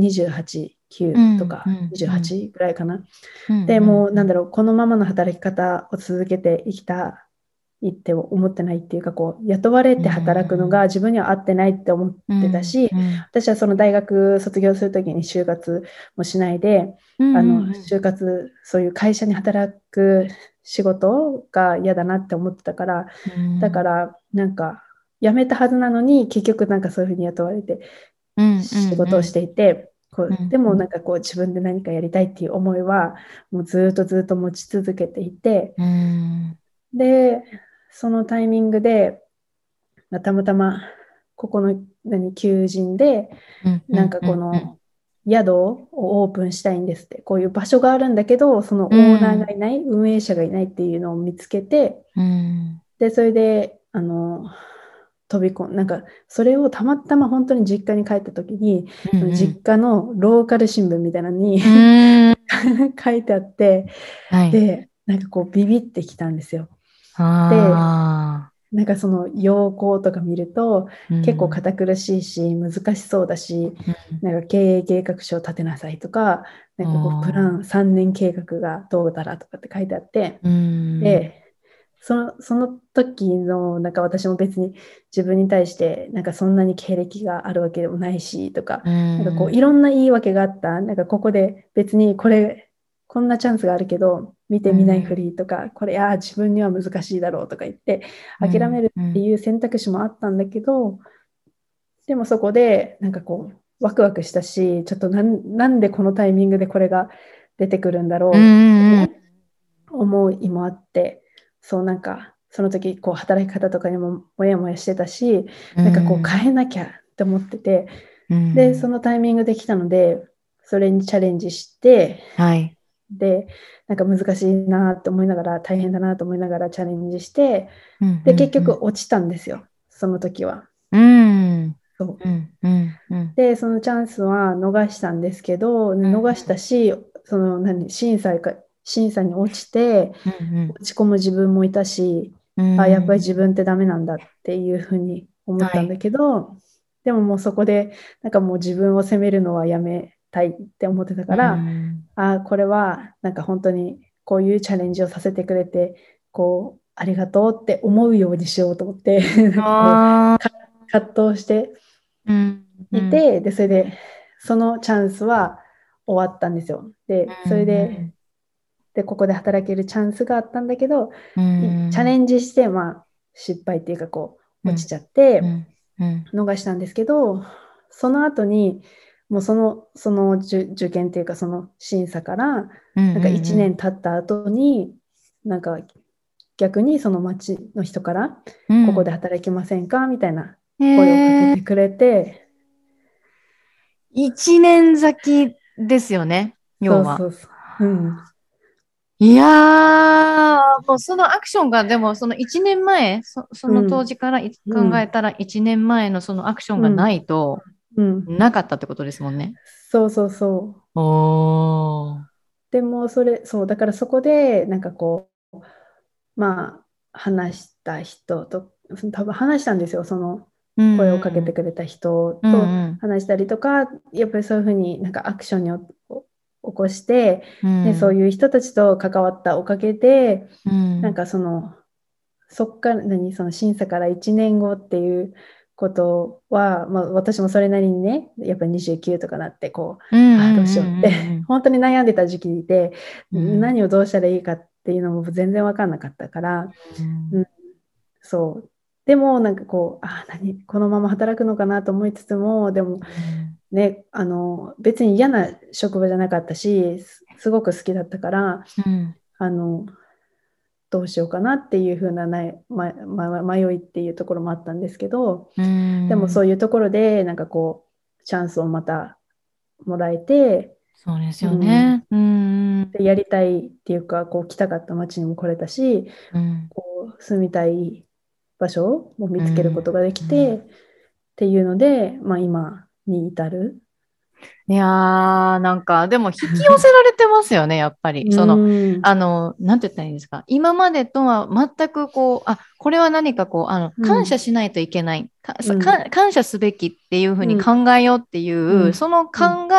28、9とか28ぐらいかな。で、もうなんだろう、このままの働き方を続けていきたいって思ってないっていうか、こう、雇われて働くのが自分には合ってないって思ってたし、私はその大学卒業するときに就活もしないで、就活、そういう会社に働く仕事が嫌だなって思ってたから、だからなんか辞めたはずなのに、結局なんかそういうふうに雇われて仕事をしていて、でもなんかこう自分で何かやりたいっていう思いはもうずっとずっと持ち続けていて、で、そのタイミングで、たまたまここの求人で、なんかこの宿をオープンしたいんですって、こういう場所があるんだけど、そのオーナーがいない、運営者がいないっていうのを見つけて、で、それで、飛び込ん、なんか、それをたまたま本当に実家に帰った時に、実家のローカル新聞みたいなのに書いてあって、で、なんかこうビビってきたんですよ。で、なんかその要項とか見ると、結構堅苦しいし、難しそうだし、なんか経営計画書を立てなさいとか、なんかこうプラン3年計画がどうだらとかって書いてあって、で、その時のなんか私も別に自分に対してなんかそんなに経歴があるわけでもないしとか、なんかこういろんな言い訳があった。なんかここで別にこんなチャンスがあるけど見てみないふりとか、これ自分には難しいだろうとか言って諦めるっていう選択肢もあったんだけど、でもそこでなんかこうワクワクしたし、ちょっとなんでこのタイミングでこれが出てくるんだろうって思いもあって、そうなんかその時こう働き方とかにももやもやしてたし、なんかこう変えなきゃって思ってて、でそのタイミングで来たのでそれにチャレンジして、でなんか難しいなと思いながら、大変だなと思いながらチャレンジして、で結局落ちたんですよ、その時は。でそのチャンスは逃したんですけど、逃したし、その審査に落ちて落ち込む自分もいたし、やっぱり自分ってダメなんだっていうふうに思ったんだけど、でももうそこでなんかもう自分を責めるのはやめたいって思ってたから、これはなんか本当にこういうチャレンジをさせてくれてこうありがとうって思うようにしようと思ってなんかこう葛藤していて、でそれでそのチャンスは終わったんですよ。でそれでここで働けるチャンスがあったんだけど、チャレンジして、失敗っていうかこう落ちちゃって逃したんですけど、その後にもうその受験っていうかその審査からなんか1年経った後になんか逆にその町の人からここで働きませんかみたいな声をかけてくれて、 1年先ですよね、要は。 そう。 いやー、もうそのアクションが、でもその1年前、その当時から考えたら1年前のそのアクションがないと、なかったってことですもんね。 そう。でもだからそこでなんかこう、話した人と、多分話したんですよ、その声をかけてくれた人と話したりとか、やっぱりそういうふうになんかアクションに起こして、でそういう人たちと関わったおかげで、なんかそっからその審査から1年後っていうことは、まあ、私もそれなりにね、やっぱり29とかなってどうしようって本当に悩んでた時期で、何をどうしたらいいかっていうのも全然分かんなかったから、そう。でもなんかこのまま働くのかなと思いつつも、でもね、別に嫌な職場じゃなかったし、すごく好きだったから、どうしようかなっていう風な迷いっていうところもあったんですけど、でもそういうところでなんかチャンスをまたもらえて、 そうですよね。 でやりたいっていうか来たかった町にも来れたし、住みたい場所も見つけることができて、っていうので、まあ、今に至る。 いやー、なんか、でも引き寄せられてますよね、やっぱり。なんて言ったらいいんですか。今までとは全くこれは何か感謝しないといけない。感謝すべきっていうふうに考えようっていう、その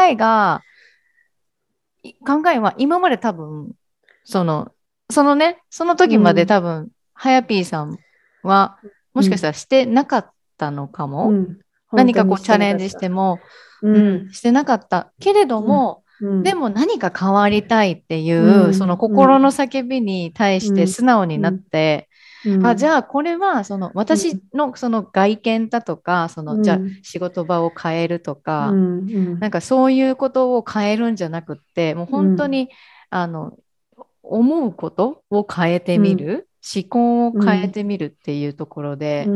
考えは今まで多分、その時まで多分、はやぴーさんは、もしかしたらしてなかったのかも。何かチャレンジしても、してなかったけれども、でも何か変わりたいっていう、その心の叫びに対して素直になって、じゃあこれは私のその外見だとか、じゃあ仕事場を変えるとか、なんかそういうことを変えるんじゃなくって、もう本当に、思うことを変えてみる、思考を変えてみるっていうところで、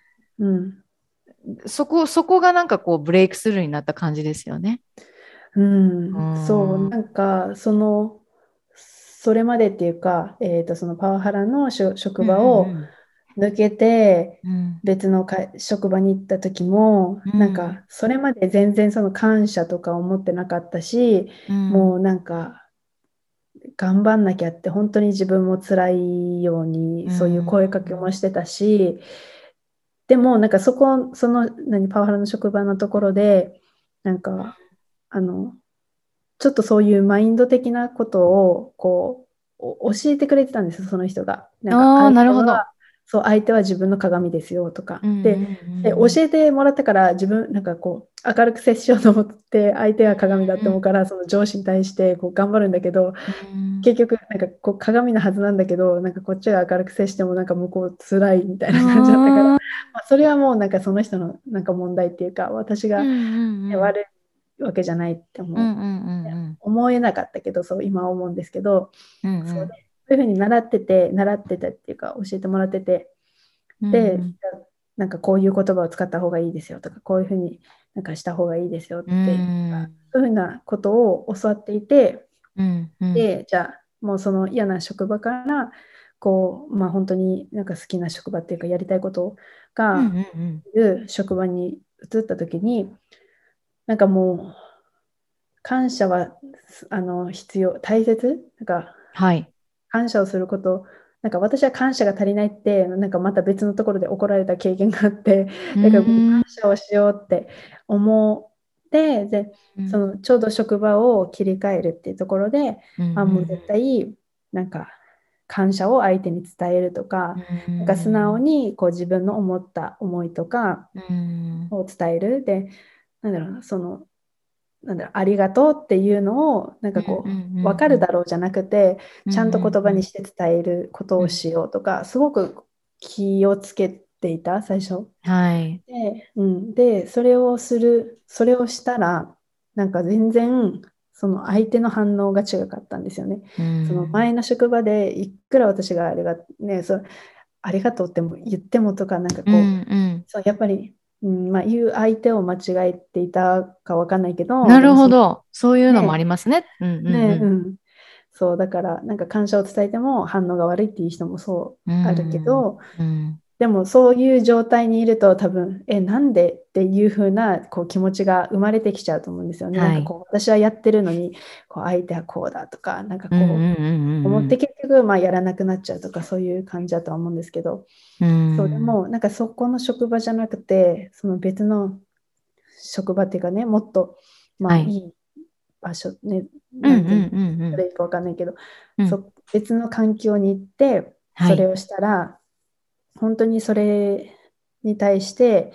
そこがなんかブレイクスルーになった感じですよね。 そう、なんかそれまでっていうか、そのパワハラの職場を抜けて、別の職場に行った時も、なんかそれまで全然その感謝とか思ってなかったし、もうなんか頑張んなきゃって本当に自分も辛いようにそういう声かけもしてたし、でもなんかそのパワハラの職場のところでなんかちょっとそういうマインド的なことを教えてくれてたんですよ、その人が。なんかなるほど。 相手は自分の鏡ですよとか。で、教えてもらったから自分なんか明るく接しようと思って相手が鏡だって思うからその上司に対して頑張るんだけど、結局なんか鏡のはずなんだけどなんかこっちが明るく接してもなんか向こう辛いみたいな感じだったから、まあ、それはもうなんかその人のなんか問題っていうか私が、悪いわけじゃないって思えなかったけどそう今は思うんですけど、そういうふうに習ってたっていうか教えてもらってて、でなんかこういう言葉を使った方がいいですよとかこういうふうになんかした方がいいですよって、そういうふうなことを教わっていて、でじゃあもうその嫌な職場からまあ、本当になんか好きな職場っていうかやりたいことがいる職場に移った時になんかもう感謝は必要大切なんか、感謝をすることなんか私は感謝が足りないってなんかまた別のところで怒られた経験があってだから感謝をしようって思ってでそのちょうど職場を切り替えるっていうところで、もう絶対なんか感謝を相手に伝えるとか、なんか素直に自分の思った思いとかを伝えるでなんだろうなありがとうっていうのをなんか分かるだろうじゃなくてちゃんと言葉にして伝えることをしようとかすごく気をつけていた最初。でそれをしたらなんか全然その相手の反応が違かったんですよね。その前の職場でいくら私がありがとうって言ってもとかなんかそうやっぱりまあ、言う相手を間違えていたかわかんないけど、 なるほど。そういうのもありますね。 そうだからなんか感謝を伝えても反応が悪いっていう人もそうあるけど、でもそういう状態にいると多分なんでっていう風な気持ちが生まれてきちゃうと思うんですよね。なんか私はやってるのに相手はこうだとかなんか思って結局まあやらなくなっちゃうとかそういう感じだとは思うんですけど、そうでもなんかそこの職場じゃなくてその別の職場っていうかねもっとまあいい場所ね、なんて言ったらいいか分かんないけど、別の環境に行ってそれをしたら、本当にそれに対して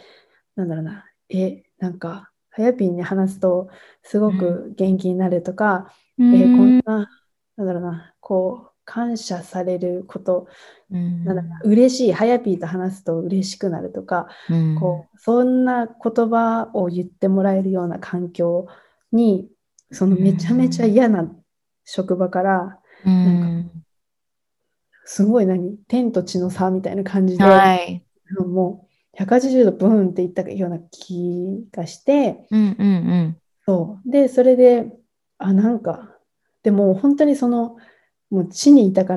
なんだろうな、なんか、はやぴんに話すと、すごうん。 く元気になるとか、 うこんん。 な、なんだろうな、こう、感謝されること、 うなんだろん。 うな、嬉しい、はやぴーと話すと嬉しくなるとか、 うん。 こう、そんな言葉を言ってもらえるような環境に、そのうめちゃめちゃん。 嫌な職場から、 うなんか、 ん。 すごい天と地の差みたいな感じで、 はい。 もう180度ブーンっていったような気がして、 うんうんうん。 そう。で、それで、なんか、でも本当にもう地にいたから、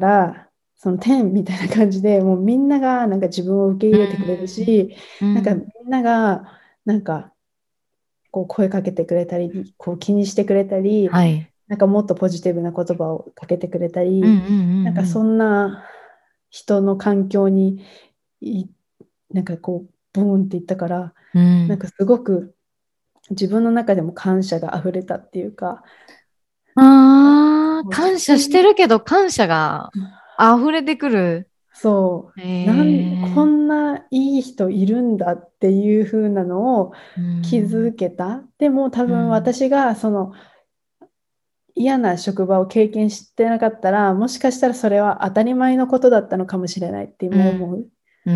その天みたいな感じで、もうみんながなんか自分を受けう入れてくれるん。 し、なんかみうん。 んながなんかこう声かけてくれたり、こう気にしてくれたり、 はい。 なんかもっとポジティブな言葉をかけてくれたり、 うんうんうんうん。 なんかそんな人の環境にいなんかこう、ブーンっていったから、 うん。 なんかすごく自分の中でも感謝が溢れたっていうか、 ああ、 もう感謝してるけど感謝が溢れてくる。 そへう、こえ。 んないい人いるんだっていう風なのをう気ん。 づけた。でも多分うん。 私がその嫌な職場を経験してなかったら、もしかしたらそれは当たり前のことだったのかもしれないってうん。 今思う。 うん。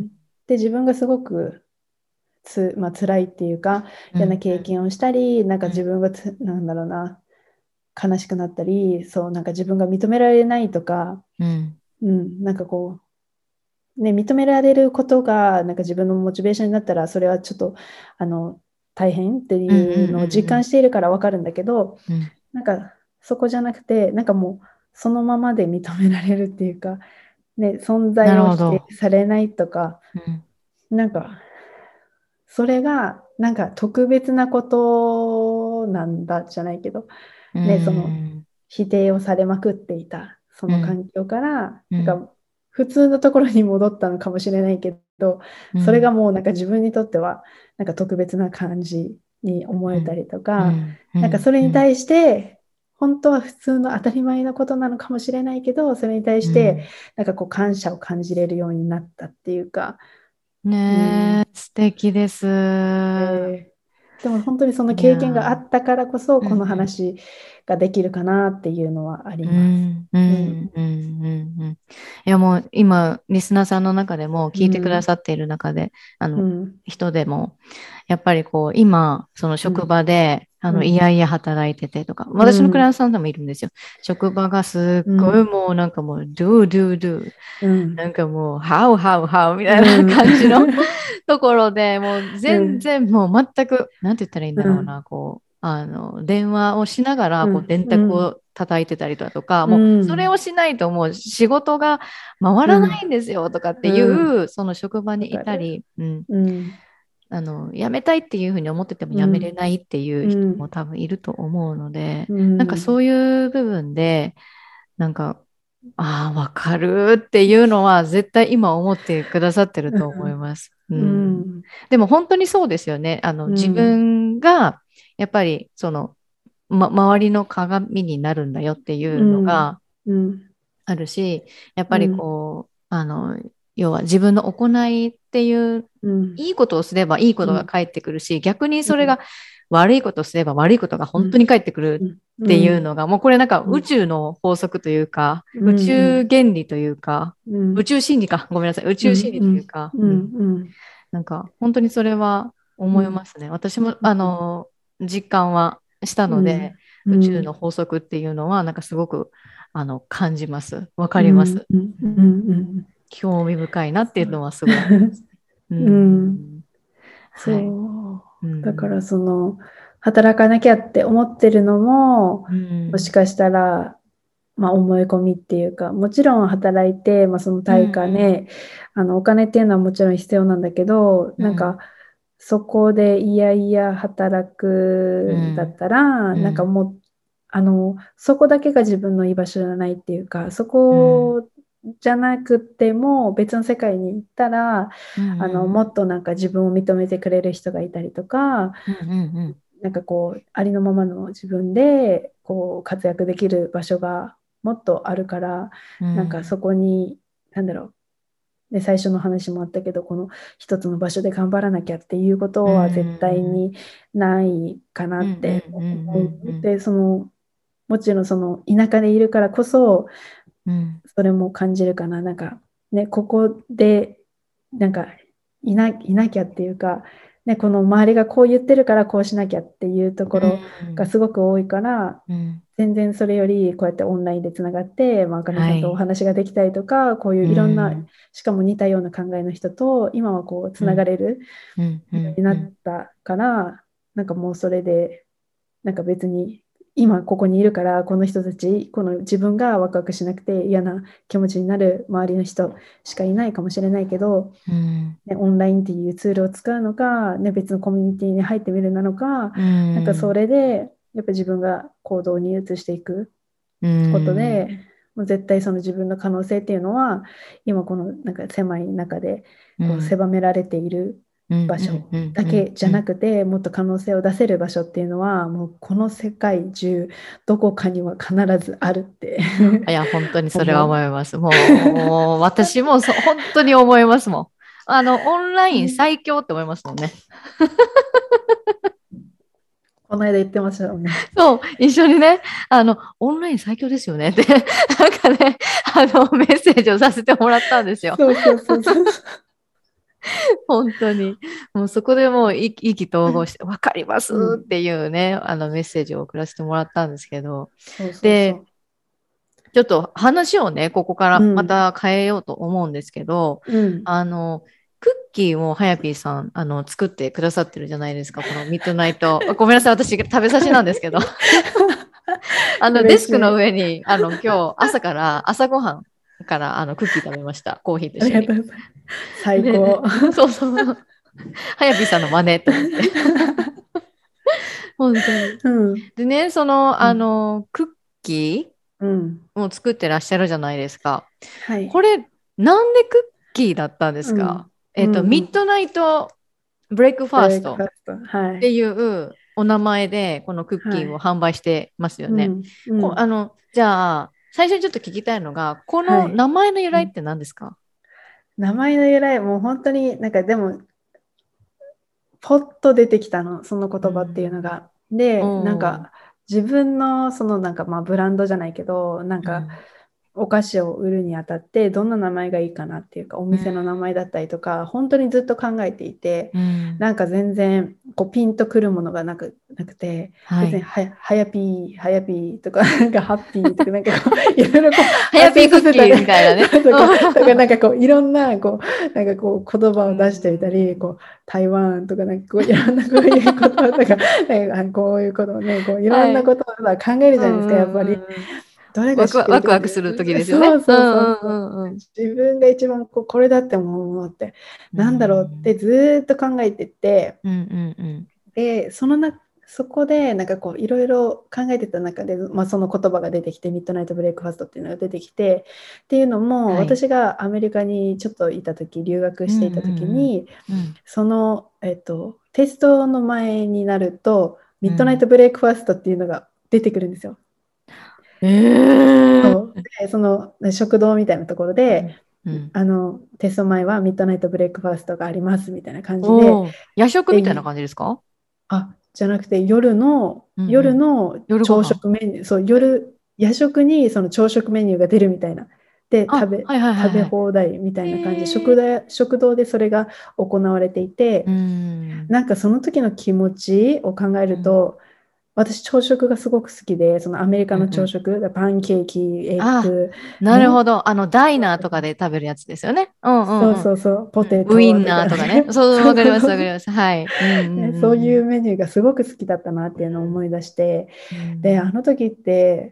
うん、で、自分がすごく辛いっていうか、 うん。 嫌な経験をしたり、なんかうん。 自分がなんだろうな、悲しくなったり、そう、なんか自分が認められないとか、 うん。 なんかこう、ね、認められることが、なんか自分のモチベーションになったら、それはちょっと、あの、大変ってうん。ういうのを実ん。 感しているからわかるんだけど、 うん。 なんかそこじゃなくて、なんかもう、そのままで認められるっていうか、ね、存な在を否定るほど。 されないとか、 うん。 なんか、それが、なんか特別なことなんだじゃないけど、 うね、 ん。 否定をされまくっていた、そうん。 の環境から、 うん。 なんか普通のところに戻ったのかもしれないけど、 うん。 それがもうなんか自分にとっては、なんか特別な感じに思うん。 えたりとか、 うん。うなんかん。うん。 それに対して、本当は普通の当たり前のことなのかもしれないけど、それに対して、なんかこう感謝を感じれるようになったっていうか、うん、 ねえ、素敵です。 でも本当にそのいや経験があー、 ったからこそ、このうんうん話ができるかなっていうのはありうます。 んううん。 んうんうん。いやもう今、リスナーさんの中でも聞いてくだうん。 さっている中で、 うん。 人でも、やっぱりこう、今、その職うん。 場で、 うん。 いやいや働いててとか、 うん。 私のクライアントさんでもいるんですよ。職場がすっごいうん。 もうなんかもう、do, do, do。 うん。 なんかもう、how, how, how みたいなうん。 感じのところで、もう全うん。 然もう全く、なんて言ったらいいんだうん。 ろうな、こう、電話をしながら、こう、 うん。 電うん。 卓を叩いてたりだとか、 うもう、それん。 をしないともう仕事が回らないんですよとかっていうん。 う、その職場わかる。 にいたり、うん、 うん。 辞めたいっていうふうに思ってても辞めれうん。 ないっていうう人もん。 多分いると思うので、 うなんかそん。 ういう部分で、なんか、ああ、わかるっていうのは絶対今思ってくださってると思います。ううん。 ん。 でも本当にそうですよね。自うん。 分がやっぱり周りの鏡になるんだよっていうのうん。 がうん。 あるし、やっぱりうん。 こう、要は自分の行いっていう、 うん。 いいことをすればいいこうん。 とが返ってくるし、逆にうん。 それが悪いことをすれば悪いことが本当にうん。 返ってくるうっていうん。 のが、もうこれなんか宇うん。 宙の法則というか、 う宇宙ん。 原理というか、宇うん。 宙真理か、ごめんなさい、宇うん。 宙真理うん。 というか、 うん。 うん。 うん。 なんか本当にそれは思いうん。 ますね。私も、 うん。 実感はしたので、 うん。う宇宙のん。 法則っていうのは、なんかすごく、感じます。わかうん。 ります。 うん。 うん。 うん。 興味深いなっていうのはすごいありまそうすね。ううん。 ん。はい。 そう。 うだからん。 働かなきゃって思ってるのも、 うん。 もしかしたら、まあ、思い込みっていうか、もちろん働いて、まあ、そのうん。 対価ね、お金っていうのはもちろん必要なんだけど、なんか、 うん。 そこでいやいや働くんだっうん。 たら、なんかうん。 もう、そこだけが自分の居場所じゃないっていうか、そうん。 こじゃなくても別の世界に行ったら、 うん。 もっとなんか自分を認めてくれる人がいたりとか、 うん。うん。 なんかこう、ありのままの自分でこう活躍できる場所がもっとあるから、 うん。 なんかそこに、なんだろう、 で、最初の話もあったけど、この一つの場所で頑張らなきゃっていうことうは絶対ん。 にないかなうんうってんうん思う。 うんで、もちろんその田舎でいるからこそ、 うん。 それも感じるかな。なんか、ね、ここで、なんか、いなきゃっていうか、ね、この周りがこう言ってるからこうしなきゃっていうところがすごく多いから、 うん。 全然それよりこうやってオンラインでつながって、まあ、あかねさんとおはい。 話ができたりとか、こういうういろんな、 ん。 しかも似たような考えの人と、今はこうつながうん。 れるうんうようになっんうん。 たから、なんかもうそれで、なんか別に今ここにいるからこの人たちこの自分がワクワクしなくて嫌な気持ちになる周りの人しかいないかもしれないけど、 うん。 ね、オンラインっていうツールを使うのか、ね、別のコミュニティに入ってみるなのか、 うなんかそん。 れでやっぱ自分が行動に移していくうことん。 で、もう絶対その自分の可能性っていうのは今このなんか狭い中でこううん。 狭められているうんう場所んうんだうんうん。 けじゃなくてもっと可能性を出せる場所っていうのはもうこの世界中どこかには必ずあるっていや、本当にそれは思う。 思います。もう、私も本当に思いますもん。オンライン最強って思いますもんね。 この間言ってましたよね。 そう、一緒にね、オンライン最強ですよねって、なんかね、メッセージをさせてもらったんですよ。 そうそうそうそう。 本当に。もうそこでもう意気投合して、わかりますうん、 っていうね、メッセージを送らせてもらったんですけど、 そうそうそで、 う。 ちょっと話をね、ここかうらまん、 た変えようと思うんですけど、 うん。 クッキーをはやぴーさん、作ってくださってるじゃないですか、このミッドナイト。ごめんなさい、私食べさしなんですけど、デスクの嬉しい。 上に、今日朝から朝ごはんから、クッキー食べました。コーヒーと一あり緒に。 がとうございます。最で、 高。 そうそう。はやぴーさんの真似と思って。本当に。 うん、 でね、 うん、 クッキうん。 ーを作ってらっしゃるじゃないですか。 はい。 これ、なんでクッキーだったんですか？ うん、うん、うん。 ミッドナイトブレイクフブァーストレイクファスト。はい。 っていうお名前で、このクッキーをはい。 販売してますよね。 うん、うん。 じゃあ、最初にちょっと聞きたいのが、この名はい。 前の由うん、 来って何ですか？ 名前の由来、もう本当になんかでも、ポッと出てきたの、そのう言葉っていうのん。 が。で、なんおー。 か自分のそのなんかまあブランドじゃないけど、なんかうん。 お菓子を売るにあたってどんな名前がいいかなっていうかおうん。 店の名前だったりとか本当にずっと考えていてうん。 なんか全然こうピンとくるものがなくて別にはい。 はやぴーはやぴーとかなんかハッピーとかなんかこういろいろこうハヤ派生ピークッキさせたりーみたいなね。 とかなんかこういろんなこうなんかこう言葉うを出してみたりこん。 う台湾とかなんかこういろんなこういう言葉とかなんかこういうことをねこういろんはい。 なことを考えるうんじゃないですかやっぱり。 うんうんうん。 どれがしっくりくるってワクワクする時ですよね。 そうそうそうんううそう。 んうんうん。 自分が一番これだって思うものってうなんだろうってんずっと考えてて、 うんうんで、そこでなんかこういろいろ考えてた中で、まあ、その言葉が出てきて、ミッドナイトブレイクファストっていうのが出てきて、っていうのも、 はい。 私がアメリカにちょっといた時、留学うんしていた時うんに、 うん。 テストの前になると、ミッドナイうん。 トブレイクファストっていうのが出てくるんですよ。 ええそうでその食堂みたいなところで、 うんうん。 テスト前はミッドナイトブレイクファーストがありますみたいな感じで、 おお、夜食みたいなで、 感じですか？ じゃなくてうんうん。 夜の朝夜ご飯。 食メニュー、そう、夜食にその朝食メニューが出るみたいな。で、 あ、はいはいは食べいはい。 放題みたいな感じで、 ええ食堂でそれが行われていうて、 ん。 なんかその時の気持ちを考えうん。 ると、私朝食がすごく好きで、そのアメリカのうんうん。 朝食、パンケーキ、エッあ、 グ、ね、 なるほど。ダイナーとかで食べるやつですよね。うんうんそううん。 そうそう、ポテウイントとか、 ナーとかね。そう、 そうわかります、 そうそうそう、 わかります。はい。うんうんね、 うんうん。 そういうメニューがすごく好きだったなっていうのを思い出して、 うで、 んあの時って、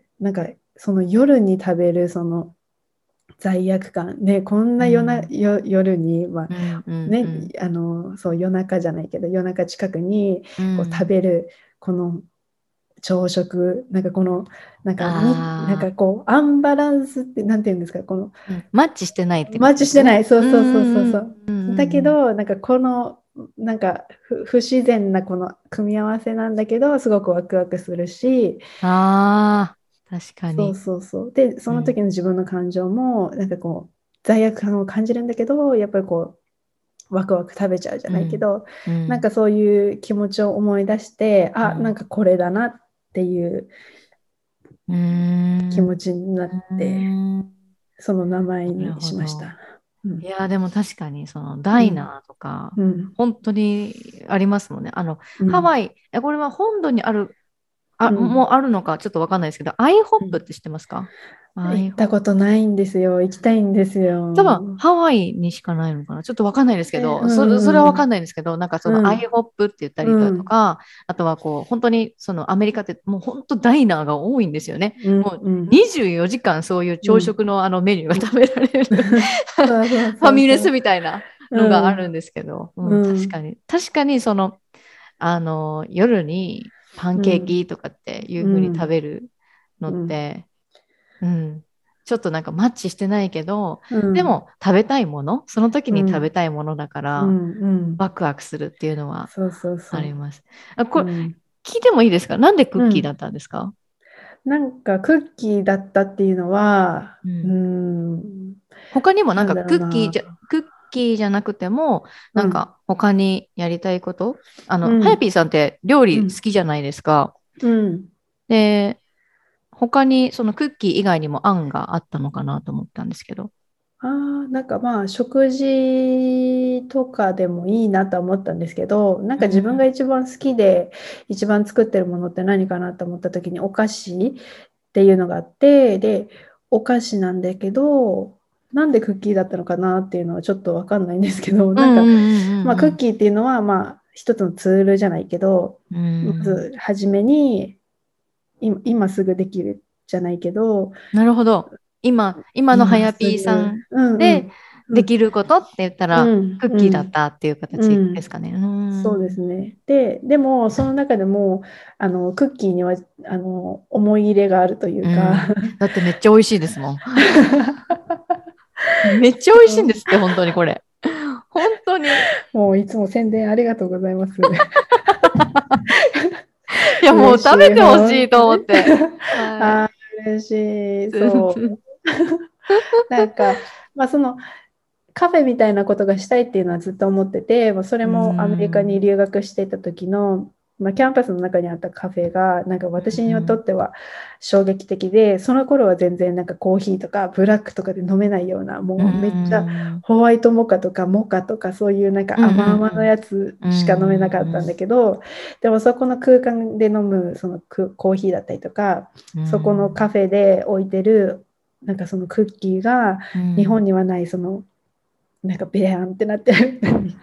なんかその夜に食べるその罪悪感、ね、こんなうん夜に、まあうんうんうね、 んそう夜中じゃないけど夜中近くにうこう食ん。 べるこの朝食なんかこのなんああかこうアンバランスってなんて言うんですかこのー、うん、マッチしてないってこマッとですよね。 チしてない。そううんそうそうそううんそう。 うんうんだけうん。 ど、なんかこの、なんか不自然なこの組み合わせなんだけど、すごくワクワクするし、 ああ、確かそうに。 そうそう。で、そのうん時の自分の感情も、なんかこう、 罪悪感を感じるんだけど、やっぱりこうワクワク食べちゃうじゃないけど、なんかそういう気持ちを思い出して、なんかこれだなっていう気持ちになって、その名前にしました。 いやでも確かにそのダイナーとか、本当にありますもんね。ハワイ、これは本土にある、もうあるのかちょっとわかんないですけど、アイホップって知ってますか？ 行ったことないんですよ。行きたいんですよ。 多分ハワイにしかないのかな、ちょっとわかんないですけど、それはわかんないんですけど、なんかそのアイホップって言ったりだとか、あとはこう本当にそのアメリカってもう本当ダイナーが多いんですよね。もう24時間そういう朝食のメニューが食べられるファミレスみたいなのがあるんですけど、確かにその夜にパンケーキとかっていう風に食べるのって、ちょっとなんかマッチしてないけど、でも食べたいもの、その時に食べたいものだから、ワクワクするっていうのはあります。これ、聞いてもいいですか？なんでクッキーだったんですか？ なんかクッキーだったっていうのは、 他にもなんかクッキーじゃなくても、なんか他にやりたいこと、はやぴーさんって料理好きじゃないですか。で、他にそのクッキー以外にも案があったのかなと思ったんですけど。 なんかまあ食事とかでもいいなと思ったんですけど、なんか自分が一番好きで一番作ってるものって何かなと思った時にお菓子っていうのがあって、でお菓子なんだけど、なんでクッキーだったのかなっていうのはちょっと分かんないんですけど、なんかまあクッキーっていうのはまあ一つのツールじゃないけど、まず初めに今すぐできるじゃないけど、 なるほど。今のはやぴーさんでできることって言ったら、クッキーだったっていう形ですかね。 そうですね。でも、その中でも、クッキーには、思い入れがあるというか。 だってめっちゃ美味しいですもん。めっちゃ美味しいんですって、本当にこれ。本当に。 もういつも宣伝ありがとうございます。 いや、もう食べてほしいと思って。 嬉しい。そう。なんか、まあその、カフェみたいなことがしたいっていうのはずっと思ってて、それもアメリカに留学していた時の、キャンパスの中にあったカフェがなんか私にとっては衝撃的で、その頃は全然なんかコーヒーとかブラックとかで飲めないような、もうめっちゃホワイトモカとかモカとかそういうなんか甘々のやつしか飲めなかったんだけど、でもそこの空間で飲むそのコーヒーだったりとか、そこのカフェで置いてるなんかそのクッキーが日本にはないそのなんかベーンってなってる。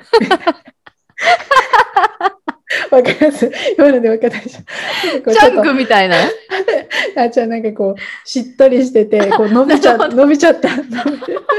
わかります。今のでわかったでしょ。 チャンクみたいな。 じゃあなんかこうしっとりしててこう伸びちゃった伸びちゃったみたい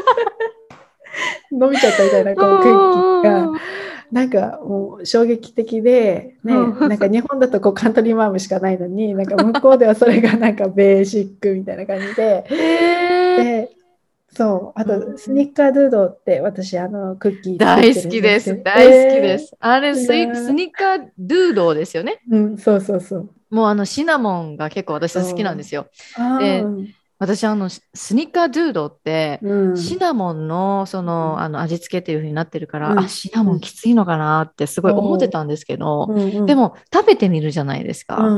なこうクッキーがなんかもう衝撃的でね、なんか日本だとこうカントリーマームしかないのに、なんか向こうではそれがなんかベーシックみたいな感じで、でそう、あとスニッカードゥードって私クッキー大好きです。大好きです。あれスニッカードゥードですよね。 そうそうそう。 もうシナモンが結構私好きなんですよ。で、私スニッカードゥードって、シナモンのその味付けっていう風になってるから、シナモンきついのかなってすごい思ってたんですけど、でも食べてみるじゃないですか。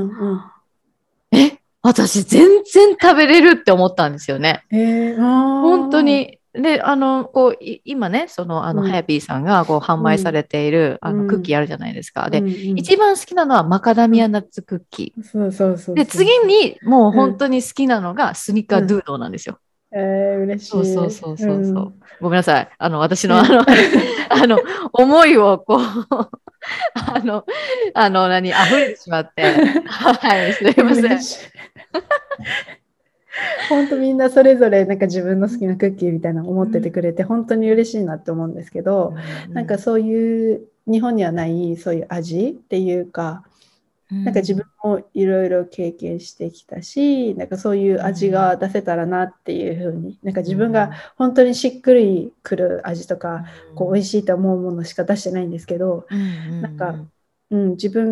私全然食べれるって思ったんですよね。本当に。で、こう今ね、はやぴーさんがこう販売されているクッキーあるじゃないですか。で、一番好きなのはマカダミアナッツクッキー。で、次にもう本当に好きなのがスニッカードゥードなんですよ。 嬉しい。 そう。ごめんなさい。私の思いをこう溢れてしまって。はい、すいません。 本当みんなそれぞれなんか自分の好きなクッキーみたいなの思っててくれて本当に嬉しいなって思うんですけど、なんかそういう日本にはないそういう味っていうか、なんか自分もいろいろ経験してきたし、なんかそういう味が出せたらなっていうふうに、なんか自分が本当にしっくりくる味とか、こう美味しいと思うものしか出してないんですけど、なんか、自分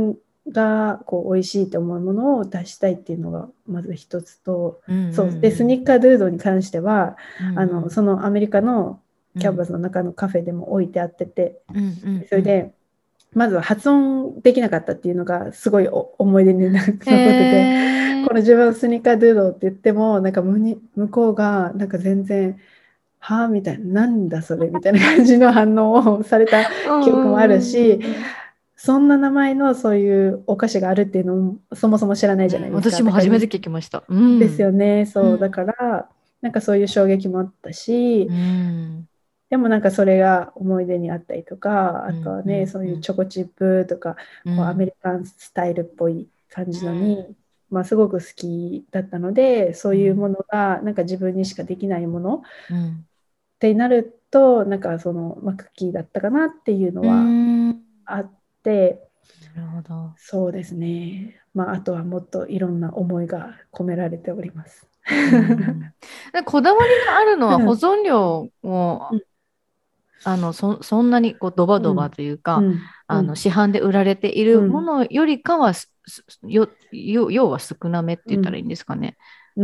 がこう美味しいと思うものを出したいっていうのがまず一つと、 うんうんうん、 そうでスニッカードゥードに関しては、 うんうん、 そのアメリカのキャンパスの中のカフェでも置いてあってて、 うんうんうん、 それでまずは発音できなかったっていうのがすごい思い出に残ってて、この自分はスニッカードゥードって言ってもなんか向こうがなんか全然はあみたいな、なんだそれみたいな感じの反応をされた記憶もあるし、そんな名前のそういうお菓子があるっていうのもそもそも知らないじゃないですか。 私も初めて聞きました。 ですよね。そう、だうん、 からなんかそういう衝撃もあったし、 うん、 でもなんかそれが思い出にあったりとか、あうん、 とはね、そういうチョコチップとか、こうアメリカンスタイルっぽい感じのに、まあ、すごく好きだったので、そういうものがなんか自分にしかできないものうん、 ってなると、なんかその、まあ、クッキーだったかなっていうのうはん、 あって、 なるほど。 そうですね。まあ、あとはもっといろんな思いが込められております。 うん、でこだわりがあるのは保うん、 存料をうん、 そんなにこうドバドバうん、 というか、 うん、うん、 市販で売られているもうん、 のよりかは要は少なめって言ったらいいんですかね。 うん、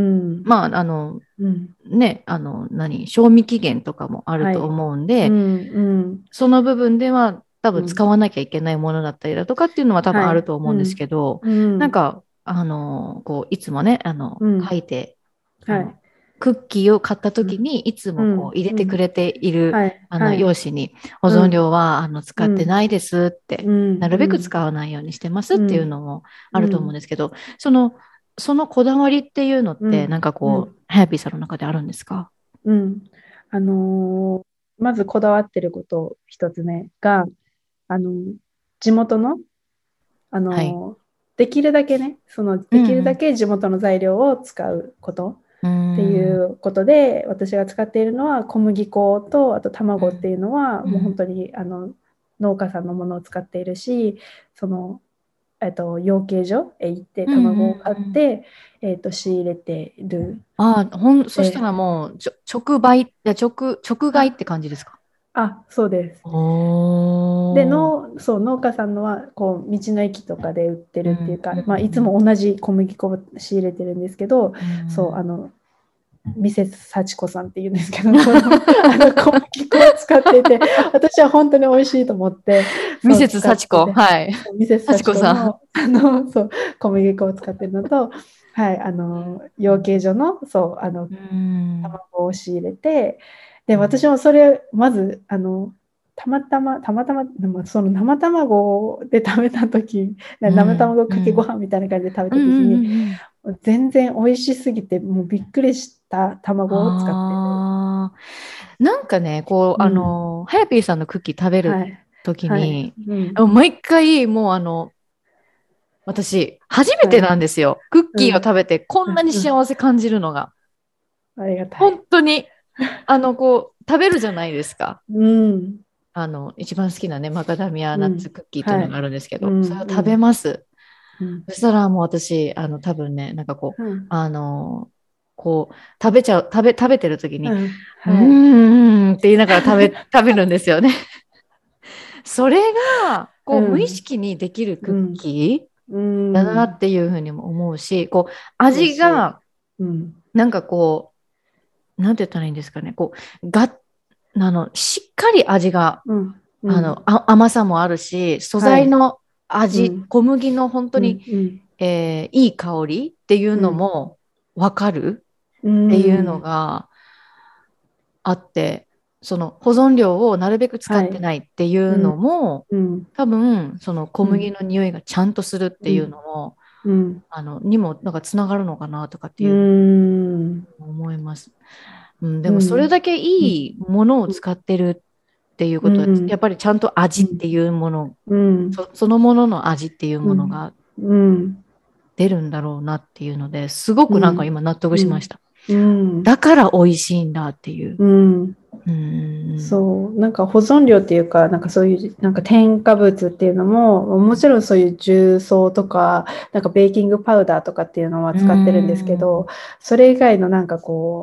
まあ、 うん、 ね、賞味期限とかもあるとはい。 思うんで、 うん、うん、 その部分では多分使うん、 わなきゃいけないものだったりだとかっていうのは多分あるはい。 と思うんですうん、 けど、 うん、 なんか、こう、いつもね、 うん、 書いて、あの、 はい。 クッキーを買ったうん、 時にいつもこうん、 う入れてくうん、 れているはい、はい。 用紙に保うん、 存料は使うん、 ってないですって、 うん、 なるべくうん、 使わないようにしてますっていううん、 のもあると思うんうん、 ですけど、そのこだわりっていうのっうん、 てなんかうん、 こう、ハヤピーさんの中であるんですか？ うん。まずこだわってること一つ目が、あの、地元の、あはい。 の、できるだけね、できるだうんけ地元の材料を使うことうん。 っていうーん。 うことで、私が使っているのは小麦粉と、あと卵っていうのは、もう本うん。 当に農家さんのものを使っているし、その、養鶏場へ行ってうんうん卵を買っうん。 て、仕入れている。 そしたで、 らもう、直売、いや、直買いって感じですか？ そうです。で、 おー。 農家さんのは、こう、道の駅とかで売ってうん、 るっていうか、 うまあ、いつん、 も同じ小麦粉を仕入れてるんですけど、 うそう、 ん。 ミセス幸子さんっていうんですけど、その、小麦粉を使っていて、私は本当に美味しいと思って、そう、 ミセス使っ幸子。 てて、 はい。 そうミセス幸幸子さん。 子の、そう、小麦粉を使ってるのと、はい、養鶏場の、そう、 うん。 卵を仕入れて、で、私もそれ、まず、たまたま、まあその生卵で食べたとき、 うん。 生卵かけごうん。 飯みたいな感じで食べうん。うん。 たときに、 うん。 全然美味しすぎて、もうびっくりした卵を使ってる。 ああ。なんかね、こう、 うん。 はやぴーさんのクッキー食べるはい。 ときはい。 に、 うん。 毎回もう私、初めてはい。 なんですよ。クッキーをうん。 食べてこんなにうん。 幸せ感じるのが。 ありがたい。 本当に、こう、食べるじゃないですか。 うん。 一番好きなね、マカダミアナッツうん。 クッキーっていうはい。 のがあるんですけど、それをうん。う食べん。 ます。 うん。 そしたらもう私、多分ね、なんかこう、 うん。 こう、食べてる時に、 うん。 うはい。 ーんって言いながら食べるんですよね。それが、こう、無意うん。 識にできるクッうん。 キーうだなっん。 ていうふうにも思うし、こう、 美味しい。 味が、 うん。 なんかこう、なんて言ったらいいんですかね、こう、しっかり味が、 うん。うん。 甘さもあるし、素はい。 材の味、 うん。 小麦の本当に、 うん。うん。 いい香りっていうのうん。 もわかるうっていうのん。 があって、その保存料をなるべく使ってはい。 ないっていうのうん。 も、 うん。 多分、その小うん。 麦の匂いがちゃんとするっていううん。 のも、 うん。 にもなんかつながるのかなとかってういうん。 思います。うん、でもそれうん。 だけいいものを使ってるっていうことは、やっぱりちゃんと味っていうもの、 うん。 そのものの味っていううん。 ものがうん。 出るんだろうなっていうので、すごくなんかうん。 今納得うん。 しました。 うん。 だから美味しいんだっていう。 うん。 うん。 そう、なんか保存料っていうか、なんかそういう、なんか添加物っていうのも、もちろんそういう重曹とか、なんかベーキングパウダーとかっていうのはう使ってるんですけん。 ど、それ以外のなんかこう、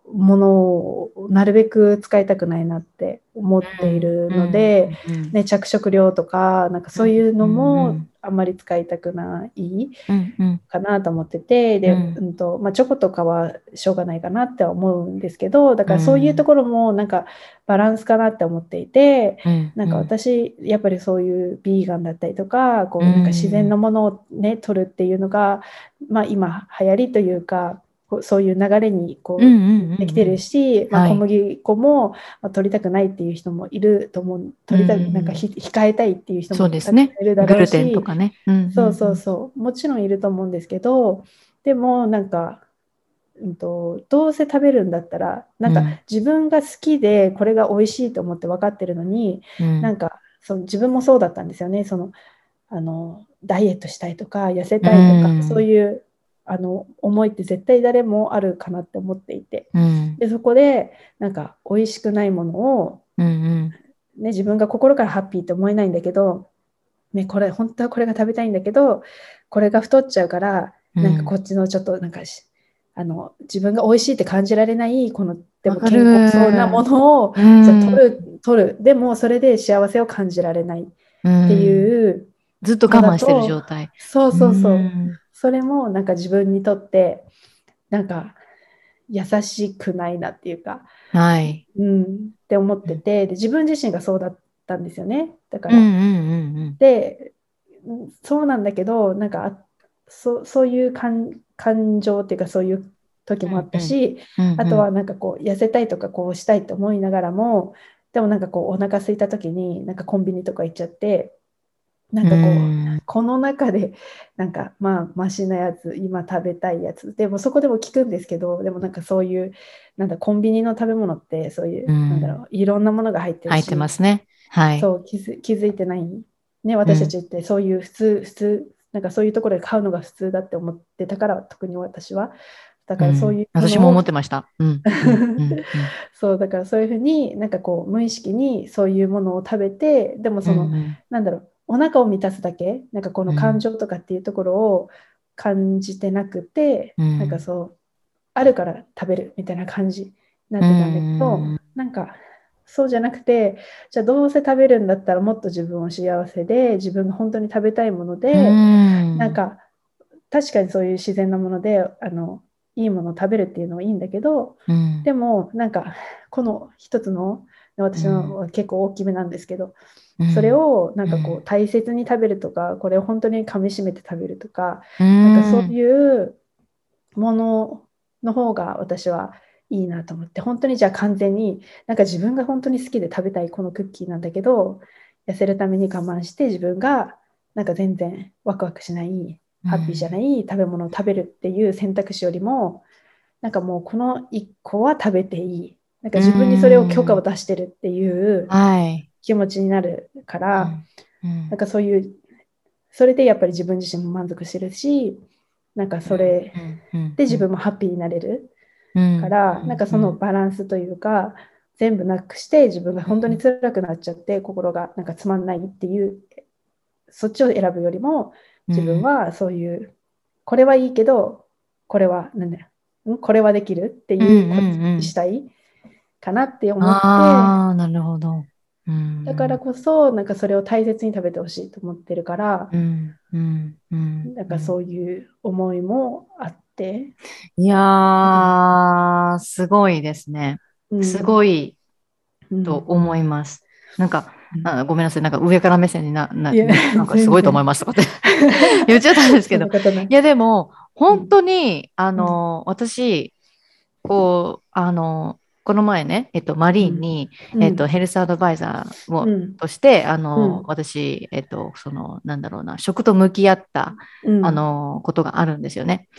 ものをなるべく使いたくないなって思っているので、ね、着色料とかなんかそういうのもあんまり使いたくないかなと思ってて、で、まあ、チョコとかはしょうがないかなって思うんですけど、だからそういうところもなんかバランスかなって思っていて、なんか私やっぱりそういうビーガンだったりとか、こうなんか自然のものをね取るっていうのが、まあ、今流行りというか、そういう流れにこうできてるし、まあ、小麦粉も、まあ、取りたくないっていう人もいると思う。取りたくなんか控えたいっていう人もたくさんいるだろうし、 グルテンとかね、 そうもちろんいると思うんですけど、でもなんか、どうせ食べるんだったらなんか自分が好きでこれが美味しいと思って分かってるのに、なんか自分もそうだったんですよね。ダイエットしたいとか痩せたいとか、そういう思いって絶対誰もあるかなって思っていて、でそこでなんか美味しくないものを、ね、自分が心からハッピーと思えないんだけど、ね、これ本当はこれが食べたいんだけどこれが太っちゃうから、なんかこっちのちょっとなんか自分が美味しいって感じられないこのでも健康そうなものをじゃ取るでもそれで幸せを感じられないっていうずっと我慢してる状態。 そうそれもなんか自分にとってなんか優しくないなっていうか、って思ってて、で自分自身がそうだったんですよね。だから、でそうなんだけどなんかそういう感情っていうかそういう時もあったし、あとはなんかこう痩せたいとかこうしたいと思いながらも、でもなんかこうお腹空いた時になんかコンビニとか行っちゃって、なんかこうこの中でなんかまあマシなやつ今食べたいやつでもそこでも聞くんですけど、でもなんかそういうなんだコンビニの食べ物ってそういう、なんだろう、いろんなものが入ってるし、 入ってますね。はい。 そう気づいてないね、私たちってそういう普通なんかそういうところで買うのが普通だって思ってたから、特に私はだからそういう私も思ってました。 そうだからそういうふうになんかこう無意識にそういうものを食べて、でもなんだろう、お腹を満たすだけなんかこの感情とかっていうところを感じてなくて、なんかそうあるから食べるみたいな感じになってたんだけど、なんかそうじゃなくて、じゃあどうせ食べるんだったらもっと自分を幸せで自分が本当に食べたいもので、なんか確かにそういう自然なものでいいものを食べるっていうのはいいんだけど、でもなんかこの一つの私のは結構大きめなんですけど、それをなんかこう大切に食べるとか、これを本当に噛みしめて食べるとか、なんかそういうものの方が私はいいなと思って、本当にじゃあ完全になんか自分が本当に好きで食べたいこのクッキーなんだけど、痩せるために我慢して自分がなんか全然ワクワクしないハッピーじゃない食べ物を食べるっていう選択肢よりも、なんかもうこの1個は食べていい、なんか自分にそれを許可を出してるっていう気持ちになるから、なんかそういうそれでやっぱり自分自身も満足してるし、なんかそれで自分もハッピーになれるから、なんかそのバランスというか全部なくして自分が本当に辛くなっちゃって心がなんかつまんないっていうそっちを選ぶよりも、自分はそういうこれはいいけどこれはなんだよ、これはできるっていうこっちしたいかなって思って、 なるほど。 だからこそなんかそれを大切に食べてほしいと思ってるから、なんかそういう思いもあって、 いやー、すごいですね。すごいと思います。なんか、ごめんなさい、なんか上から目線になんかすごいと思いますとかって言っちゃったんですけど、いやでも、本当に、私、この前ね、マリーンに、ヘルスアドバイザーとして、私、なんだろうな、食と向き合った、ことがあるんですよね。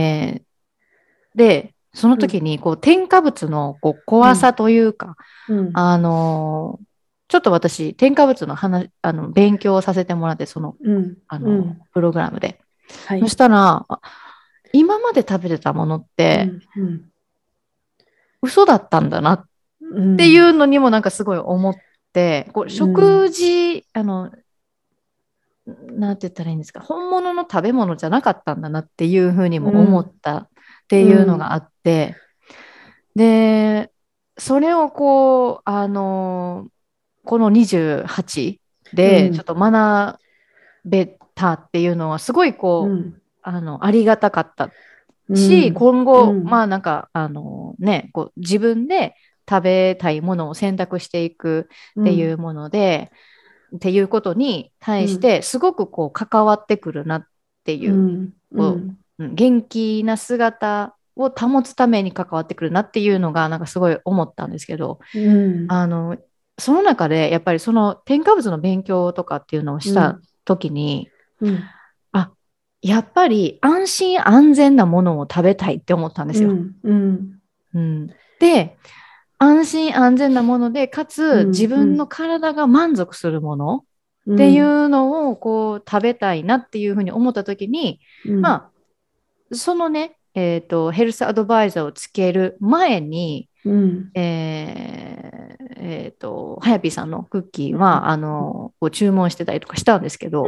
で、その時に、添加物の怖さというか、ちょっと私、添加物の勉強をさせてもらって、プログラムで。そしたら、今まで食べてたものって、嘘だったんだなっていうのにもなんかすごい思って、食事、なんて言ったらいいんですか、本物の食べ物じゃなかったんだなっていうふうにも思ったっていうのがあって、 で、それをこう、この28でちょっと学べたっていうのはすごいこう、ありがたかったし、今後、まあなんか、ね、こう自分で食べたいものを選択していくっていうもので、っていうことに対してすごくこう関わってくるなっていう、こう元気な姿を保つために関わってくるなっていうのがなんかすごい思ったんですけど、その中でやっぱりその添加物の勉強とかっていうのをした時に、あ、やっぱり安心安全なものを食べたいって思ったんですよ。で、安心安全なもので、かつ自分の体が満足するものっていうのをこう食べたいなっていうふうに思った時に、まあ、そのね、ヘルスアドバイザーをつける前に、はやぴーさんのクッキーは、こう注文してたりとかしたんですけど、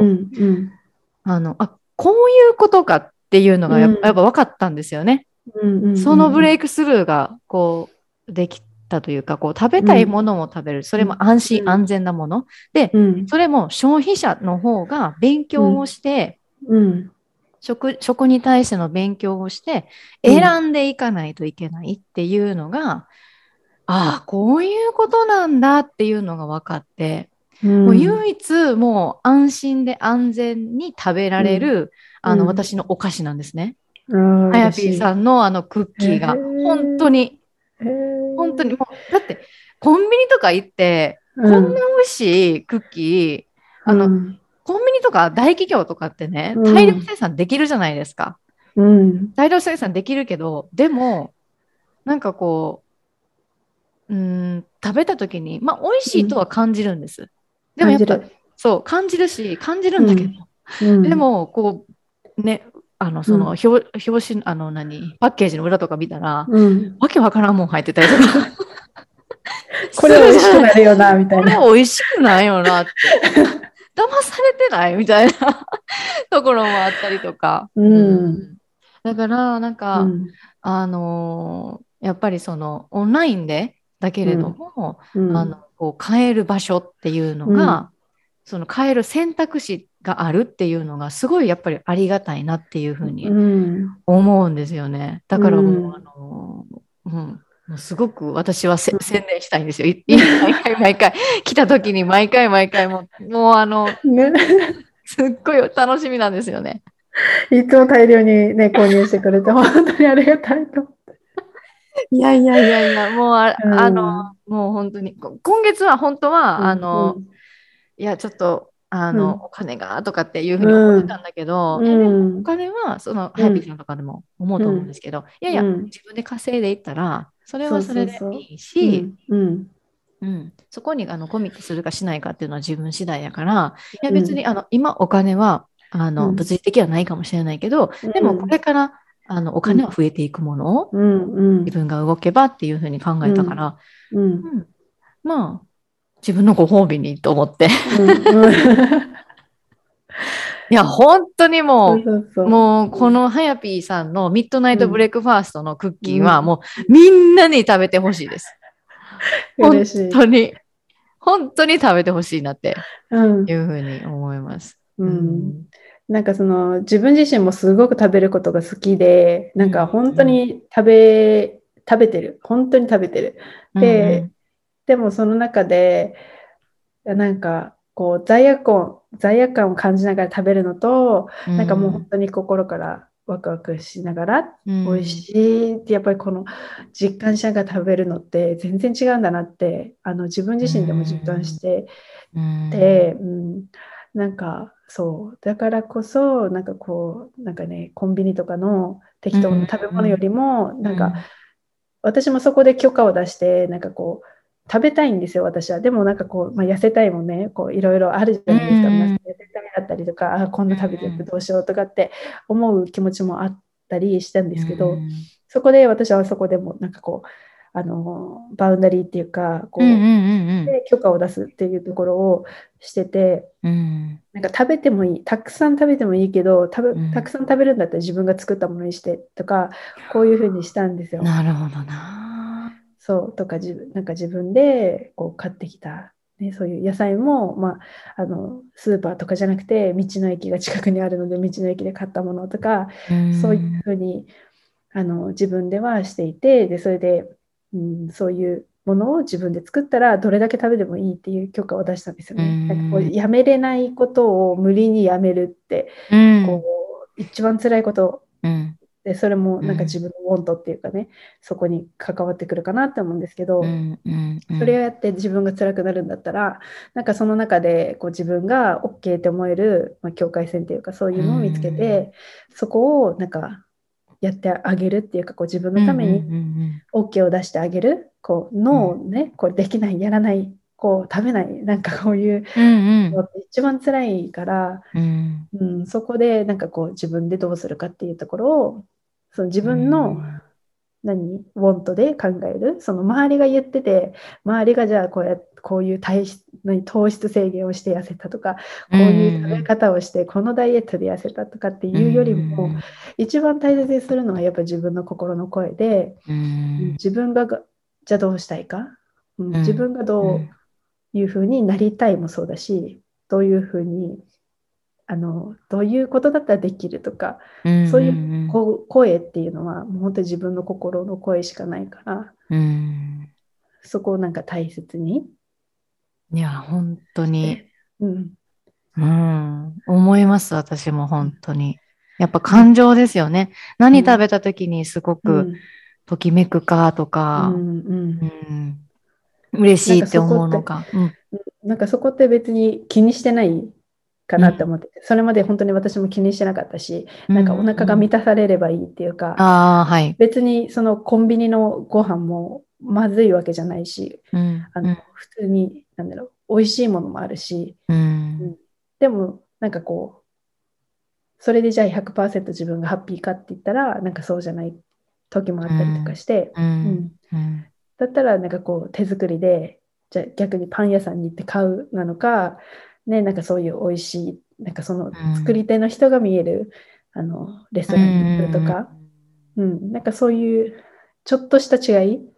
こういうことかっていうのがやっぱ分かったんですよね。そのブレイクスルーがこうできたというか、こう食べたいものも食べる、それも安心安全なもので、それも消費者の方が勉強をして、食に対しての勉強をして選んでいかないといけないっていうのが、ああ、こういうことなんだっていうのが分かって、もう唯一もう安心で安全に食べられる、私のお菓子なんですね。はやぴーさんのクッキーが本当に本当にもうだってコンビニとか行ってこんな美味しいクッキー、コンビニとか大企業とかってね、大量生産できるじゃないですか。大量生産できるけど、でもなんかこう、食べた時にまあ美味しいとは感じるんです。でもやっぱそう感じるんだけど、でもこうね、その表紙パッケージの裏とか見たら、わけわからんもん入ってたりとかこれ美味しくなるよなみたいな、 これ美味しくないよなって騙されてないみたいなところもあったりとか、だからなんか、やっぱりそのオンラインでだけれども、こう買える場所っていうのが、その買える選択肢があるっていうのがすごいやっぱりありがたいなっていうふうに思うんですよね。だからもう、もうすごく私は宣伝したいんですよ。毎回来た時に毎回もすっごい楽しみなんですよね。 いつも大量にね購入してくれて本当にありがたいと。 いやもうもう本当に今月は本当はいやちょっとお金がとかっていうふうに思ってたんだけど、でもお金はそのハヤピーさんとかでも思うと思うんですけど、いや自分で稼いでいったらそれはそれでいいし、そこにコミットするかしないかっていうのは自分次第やから、いや別に今お金は物理的はないかもしれないけど、でもこれからお金は増えていくものを自分が動けばっていうふうに考えたから、まあ自分のご褒美にと思っていや本当にもうこのはやぴーさんのミッドナイトブレックファーストのクッキーはもうみんなに食べてほしいです。本当に食べてほしいなっていうふうに思います。 なんかその自分自身もすごく食べることが好きで、なんか本当に食べてる、本当に食べてる。でもその中でなんかこう罪悪感を感じながら食べるのと、なんかもう本当に心からワクワクしながら美味しいってやっぱりこの実感しながら食べるのって全然違うんだなって自分自身でも実感してて、なんかそうだからこそなんかこうなんかねコンビニとかの適当な食べ物よりもなんか私もそこで許可を出してなんかこう食べたいんですよ私は。でもなんかこう、痩せたいもねこういろいろあるじゃないですか、皆さん痩せたいだったりとかこんな食べててどうしようとかって思う気持ちもあったりしたんですけど、そこで私はそこでもなんかこうバウンダリーっていうかこう、で許可を出すっていうところをしてて、なんか食べてもいい、たくさん食べてもいいけどたくさん食べるんだったら自分が作ったものにしてとかこういうふうにしたんですよ。 なるほどな。 そうとかなんか自分でこう買ってきた、ね、そういう野菜も、スーパーとかじゃなくて道の駅が近くにあるので道の駅で買ったものとか、そういうふうに自分ではしていて、でそれで、そういうものを自分で作ったらどれだけ食べてもいいっていう許可を出したんですよね。なんかこうやめれないことを無理にやめるって、こう一番辛いことで、それもなんか自分のウォントっていうかね、そこに関わってくるかなって思うんですけど、それをやって自分が辛くなるんだったら、なんかその中でこう自分が OK って思える、境界線っていうかそういうのを見つけて、そこをなんかやってあげるっていうか、こう自分のために OK を出してあげる、こう脳をね、これできない、やらない、こう食べない、なんかこういうのって一番辛いから、そこでなんかこう自分でどうするかっていうところを、その自分のウォントで考える、その周りが言ってて、周りがじゃあこういう糖質制限をして痩せたとか、こういう食べ方をしてこのダイエットで痩せたとかっていうよりも、一番大切にするのはやっぱ自分の心の声で、自分がじゃあどうしたいか、自分がどういうふうになりたいもそうだし、どういうふうにどういうことだったらできるとか、そういう声っていうのはもう本当に自分の心の声しかないから、そこをなんか大切に。 いや、本当に、 うん思います、私も本当に。やっぱ感情ですよね。何食べた時にすごくときめくかとか、嬉しいって思うのか。 なんかそこって別に気にしてないかなって思ってて、それまで本当に私も気にしてなかったし、なんかお腹が満たされればいいっていうか、別にそのコンビニのご飯もまずいわけじゃないし、普通に美味しいものもあるし、でもなんかこうそれでじゃあ 100% 自分がハッピーかって言ったらなんかそうじゃない時もあったりとかして、だったらなんかこう手作りでじゃあ逆にパン屋さんに行って買うなのか、ね、なんかそういう美味しいなんかその作り手の人が見えるレストランに行くとか、なんかそういうちょっとした違い、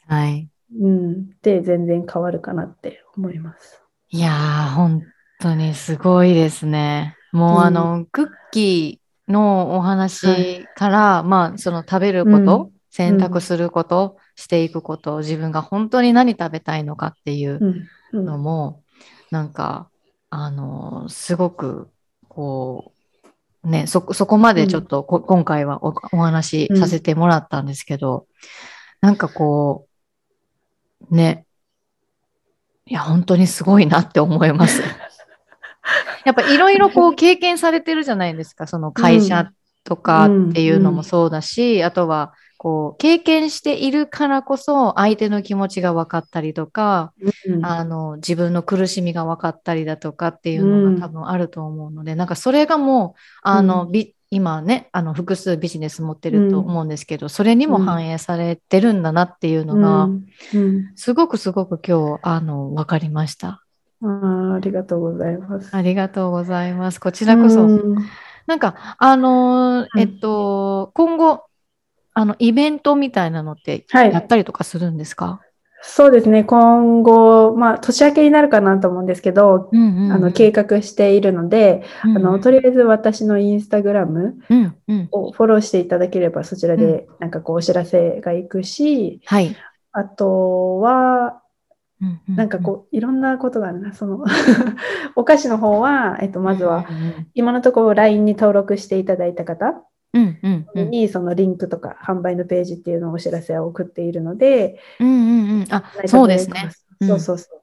で全然変わるかなって思います。 いやー、本当にすごいですね。もうクッキーのお話から、その食べること、選択すること、していくこと、自分が本当に何食べたいのかっていうのも、なんか、すごく、こう、ね、そこまでちょっと今回はお話しさせてもらったんですけど、なんかこう、ね、いや、本当にすごいなって思います。やっぱいろいろこう経験されてるじゃないですか。その会社とかっていうのもそうだし、あとはこう経験しているからこそ相手の気持ちが分かったりとか、自分の苦しみが分かったりだとかっていうのが多分あると思うので、なんかそれがもう、今ね、複数ビジネス持ってると思うんですけど、それにも反映されてるんだなっていうのが、すごく今日、分かりました。 ありがとうございます。 ありがとうございます。こちらこそ。なんか、今後、イベントみたいなのってやったりとかするんですか？ そうですね。今後、年明けになるかなと思うんですけど、計画しているので、とりあえず私のインスタグラムをフォローしていただければ、そちらでなんかこうお知らせがいくし、あとは、なんかこういろんなことがあるな。そのお菓子の方は、まずは今のところ LINE に登録していただいた方にそのリンクとか販売のページっていうのをお知らせを送っているので、 そうですね。 そうそうそう。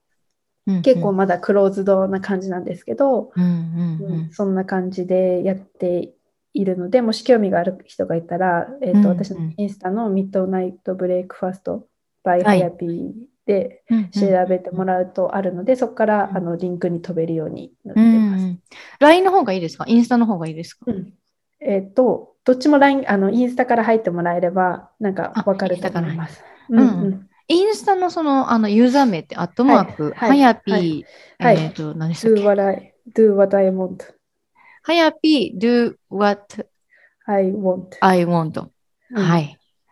結構まだクローズドな感じなんですけど、そんな感じでやっているので、もし興味がある人がいたら、私のインスタのミッドナイトブレイクファスト by ハヤピーで調べてもらうとあるので、そこからリンクに飛べるようになってます。 LINE の方がいいですか？インスタの方がいいですか？ どっちも LINE、インスタから入ってもらえれば、なんか分かると思います。 インスタのその、ユーザー名って、はやぴー、何でしたっけ？ do what I want. はやぴー、do what I want. I want. はい。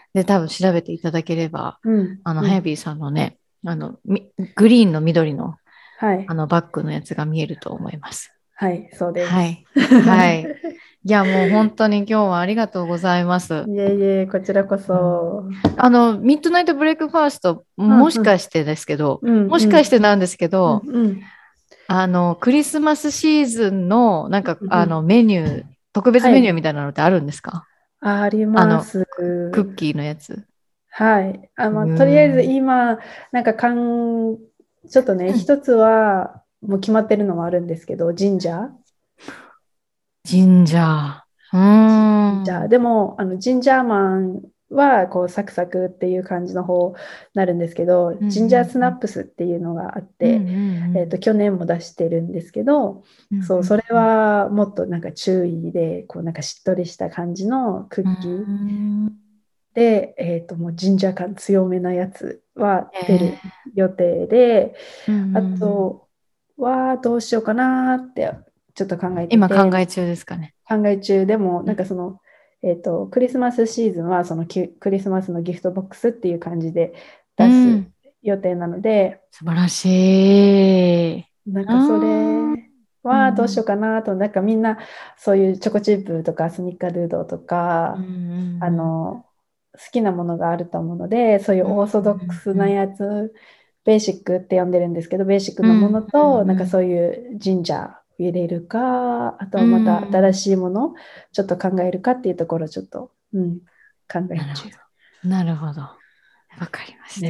で、多分調べていただければ、はやぴーさんのね、グリーンの緑の、バッグのやつが見えると思います。 はい、そうです。 はい。はい。いや、もう本当に今日はありがとうございます。 いえいえ、こちらこそ。 ミッドナイトブレイクファースト、もしかしてですけど、もしかしてなんですけど、クリスマスシーズンの、なんか、メニュー、特別メニューみたいなのってあるんですか？ あります。 クッキーのやつ。 はい。とりあえず今、なんかちょっとね、一つは、もう決まってるのもあるんですけど、ジンジャー。 ジンジャー。 でも、ジンジャーマンは、こう、サクサクっていう感じの方になるんですけど、ジンジャースナップスっていうのがあって、去年も出してるんですけど、そう、それはもっとなんか注意で、こう、なんかしっとりした感じのクッキーで、もうジンジャー感強めなやつは出る予定で、あとはどうしようかなってちょっと考えてて。 今考え中ですかね。 考え中でも、なんかその、クリスマスシーズンはそのクリスマスのギフトボックスっていう感じで出す予定なので、 素晴らしい。 なんかそれはどうしようかなと、なんかみんなそういうチョコチップとかスニッカードゥードとか、好きなものがあると思うので、そういうオーソドックスなやつ、ベーシックって呼んでるんですけど、ベーシックなものと、なんかそういうジンジャー入れるか、あとはまた新しいものちょっと考えるかっていうところをちょっと、考え中。 なるほど。わかりました。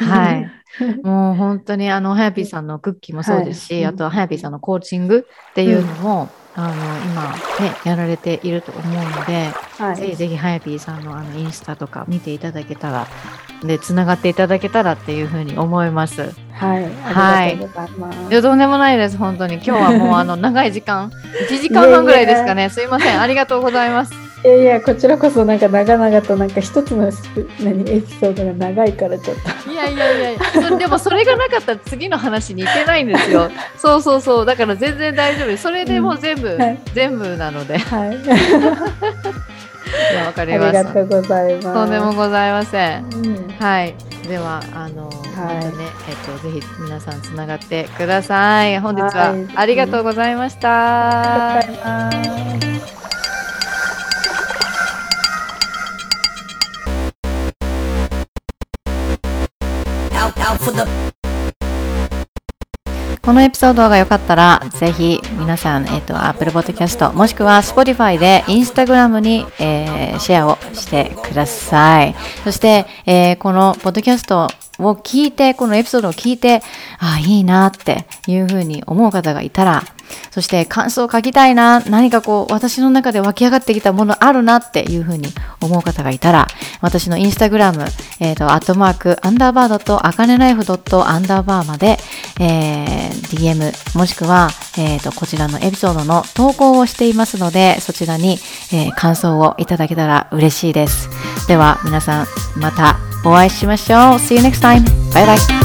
はい。もう本当にはやぴーさんのクッキーもそうですし、あとははやぴーさんのコーチングっていうのも、今ね、やられていると思うので、ぜひぜひはやぴーさんのインスタとか見ていただけたら、で、つながっていただけたらっていうふうに思います。 はい。ありがとうございます。 いや、とんでもないです、本当に。今日はもう長い時間、1時間半ぐらいですかね。すいません。ありがとうございます。 いやいや、こちらこそなんか長々となんか一つのエピソードが長いからちょっと。 いや、でもそれがなかったら次の話に行けないんですよ。そう。だから全然大丈夫です。それでもう全部なので。はい。いや、わかりました。 ありがとうございます。 とんでもございません。はい。では、ぜひ皆さんつながってください。本日はありがとうございました。 ありがとうございます。 このエピソードが良かったら、ぜひ皆さん、Apple Podcast もしくは Spotify で Instagram に、シェアをしてください。そして、このポッドキャストを聞いて、このエピソードを聞いて、いいなっていうふうに思う方がいたら、そして感想を書きたいな、何かこう私の中で湧き上がってきたものあるなっていうふうに思う方がいたら、私のインスタグラム、@_akaneLife._まで、DM もしくは、こちらのエピソードの投稿をしていますので、そちらに、感想をいただけたら嬉しいです。では皆さんまたお会いしましょう。See you next time. Bye bye.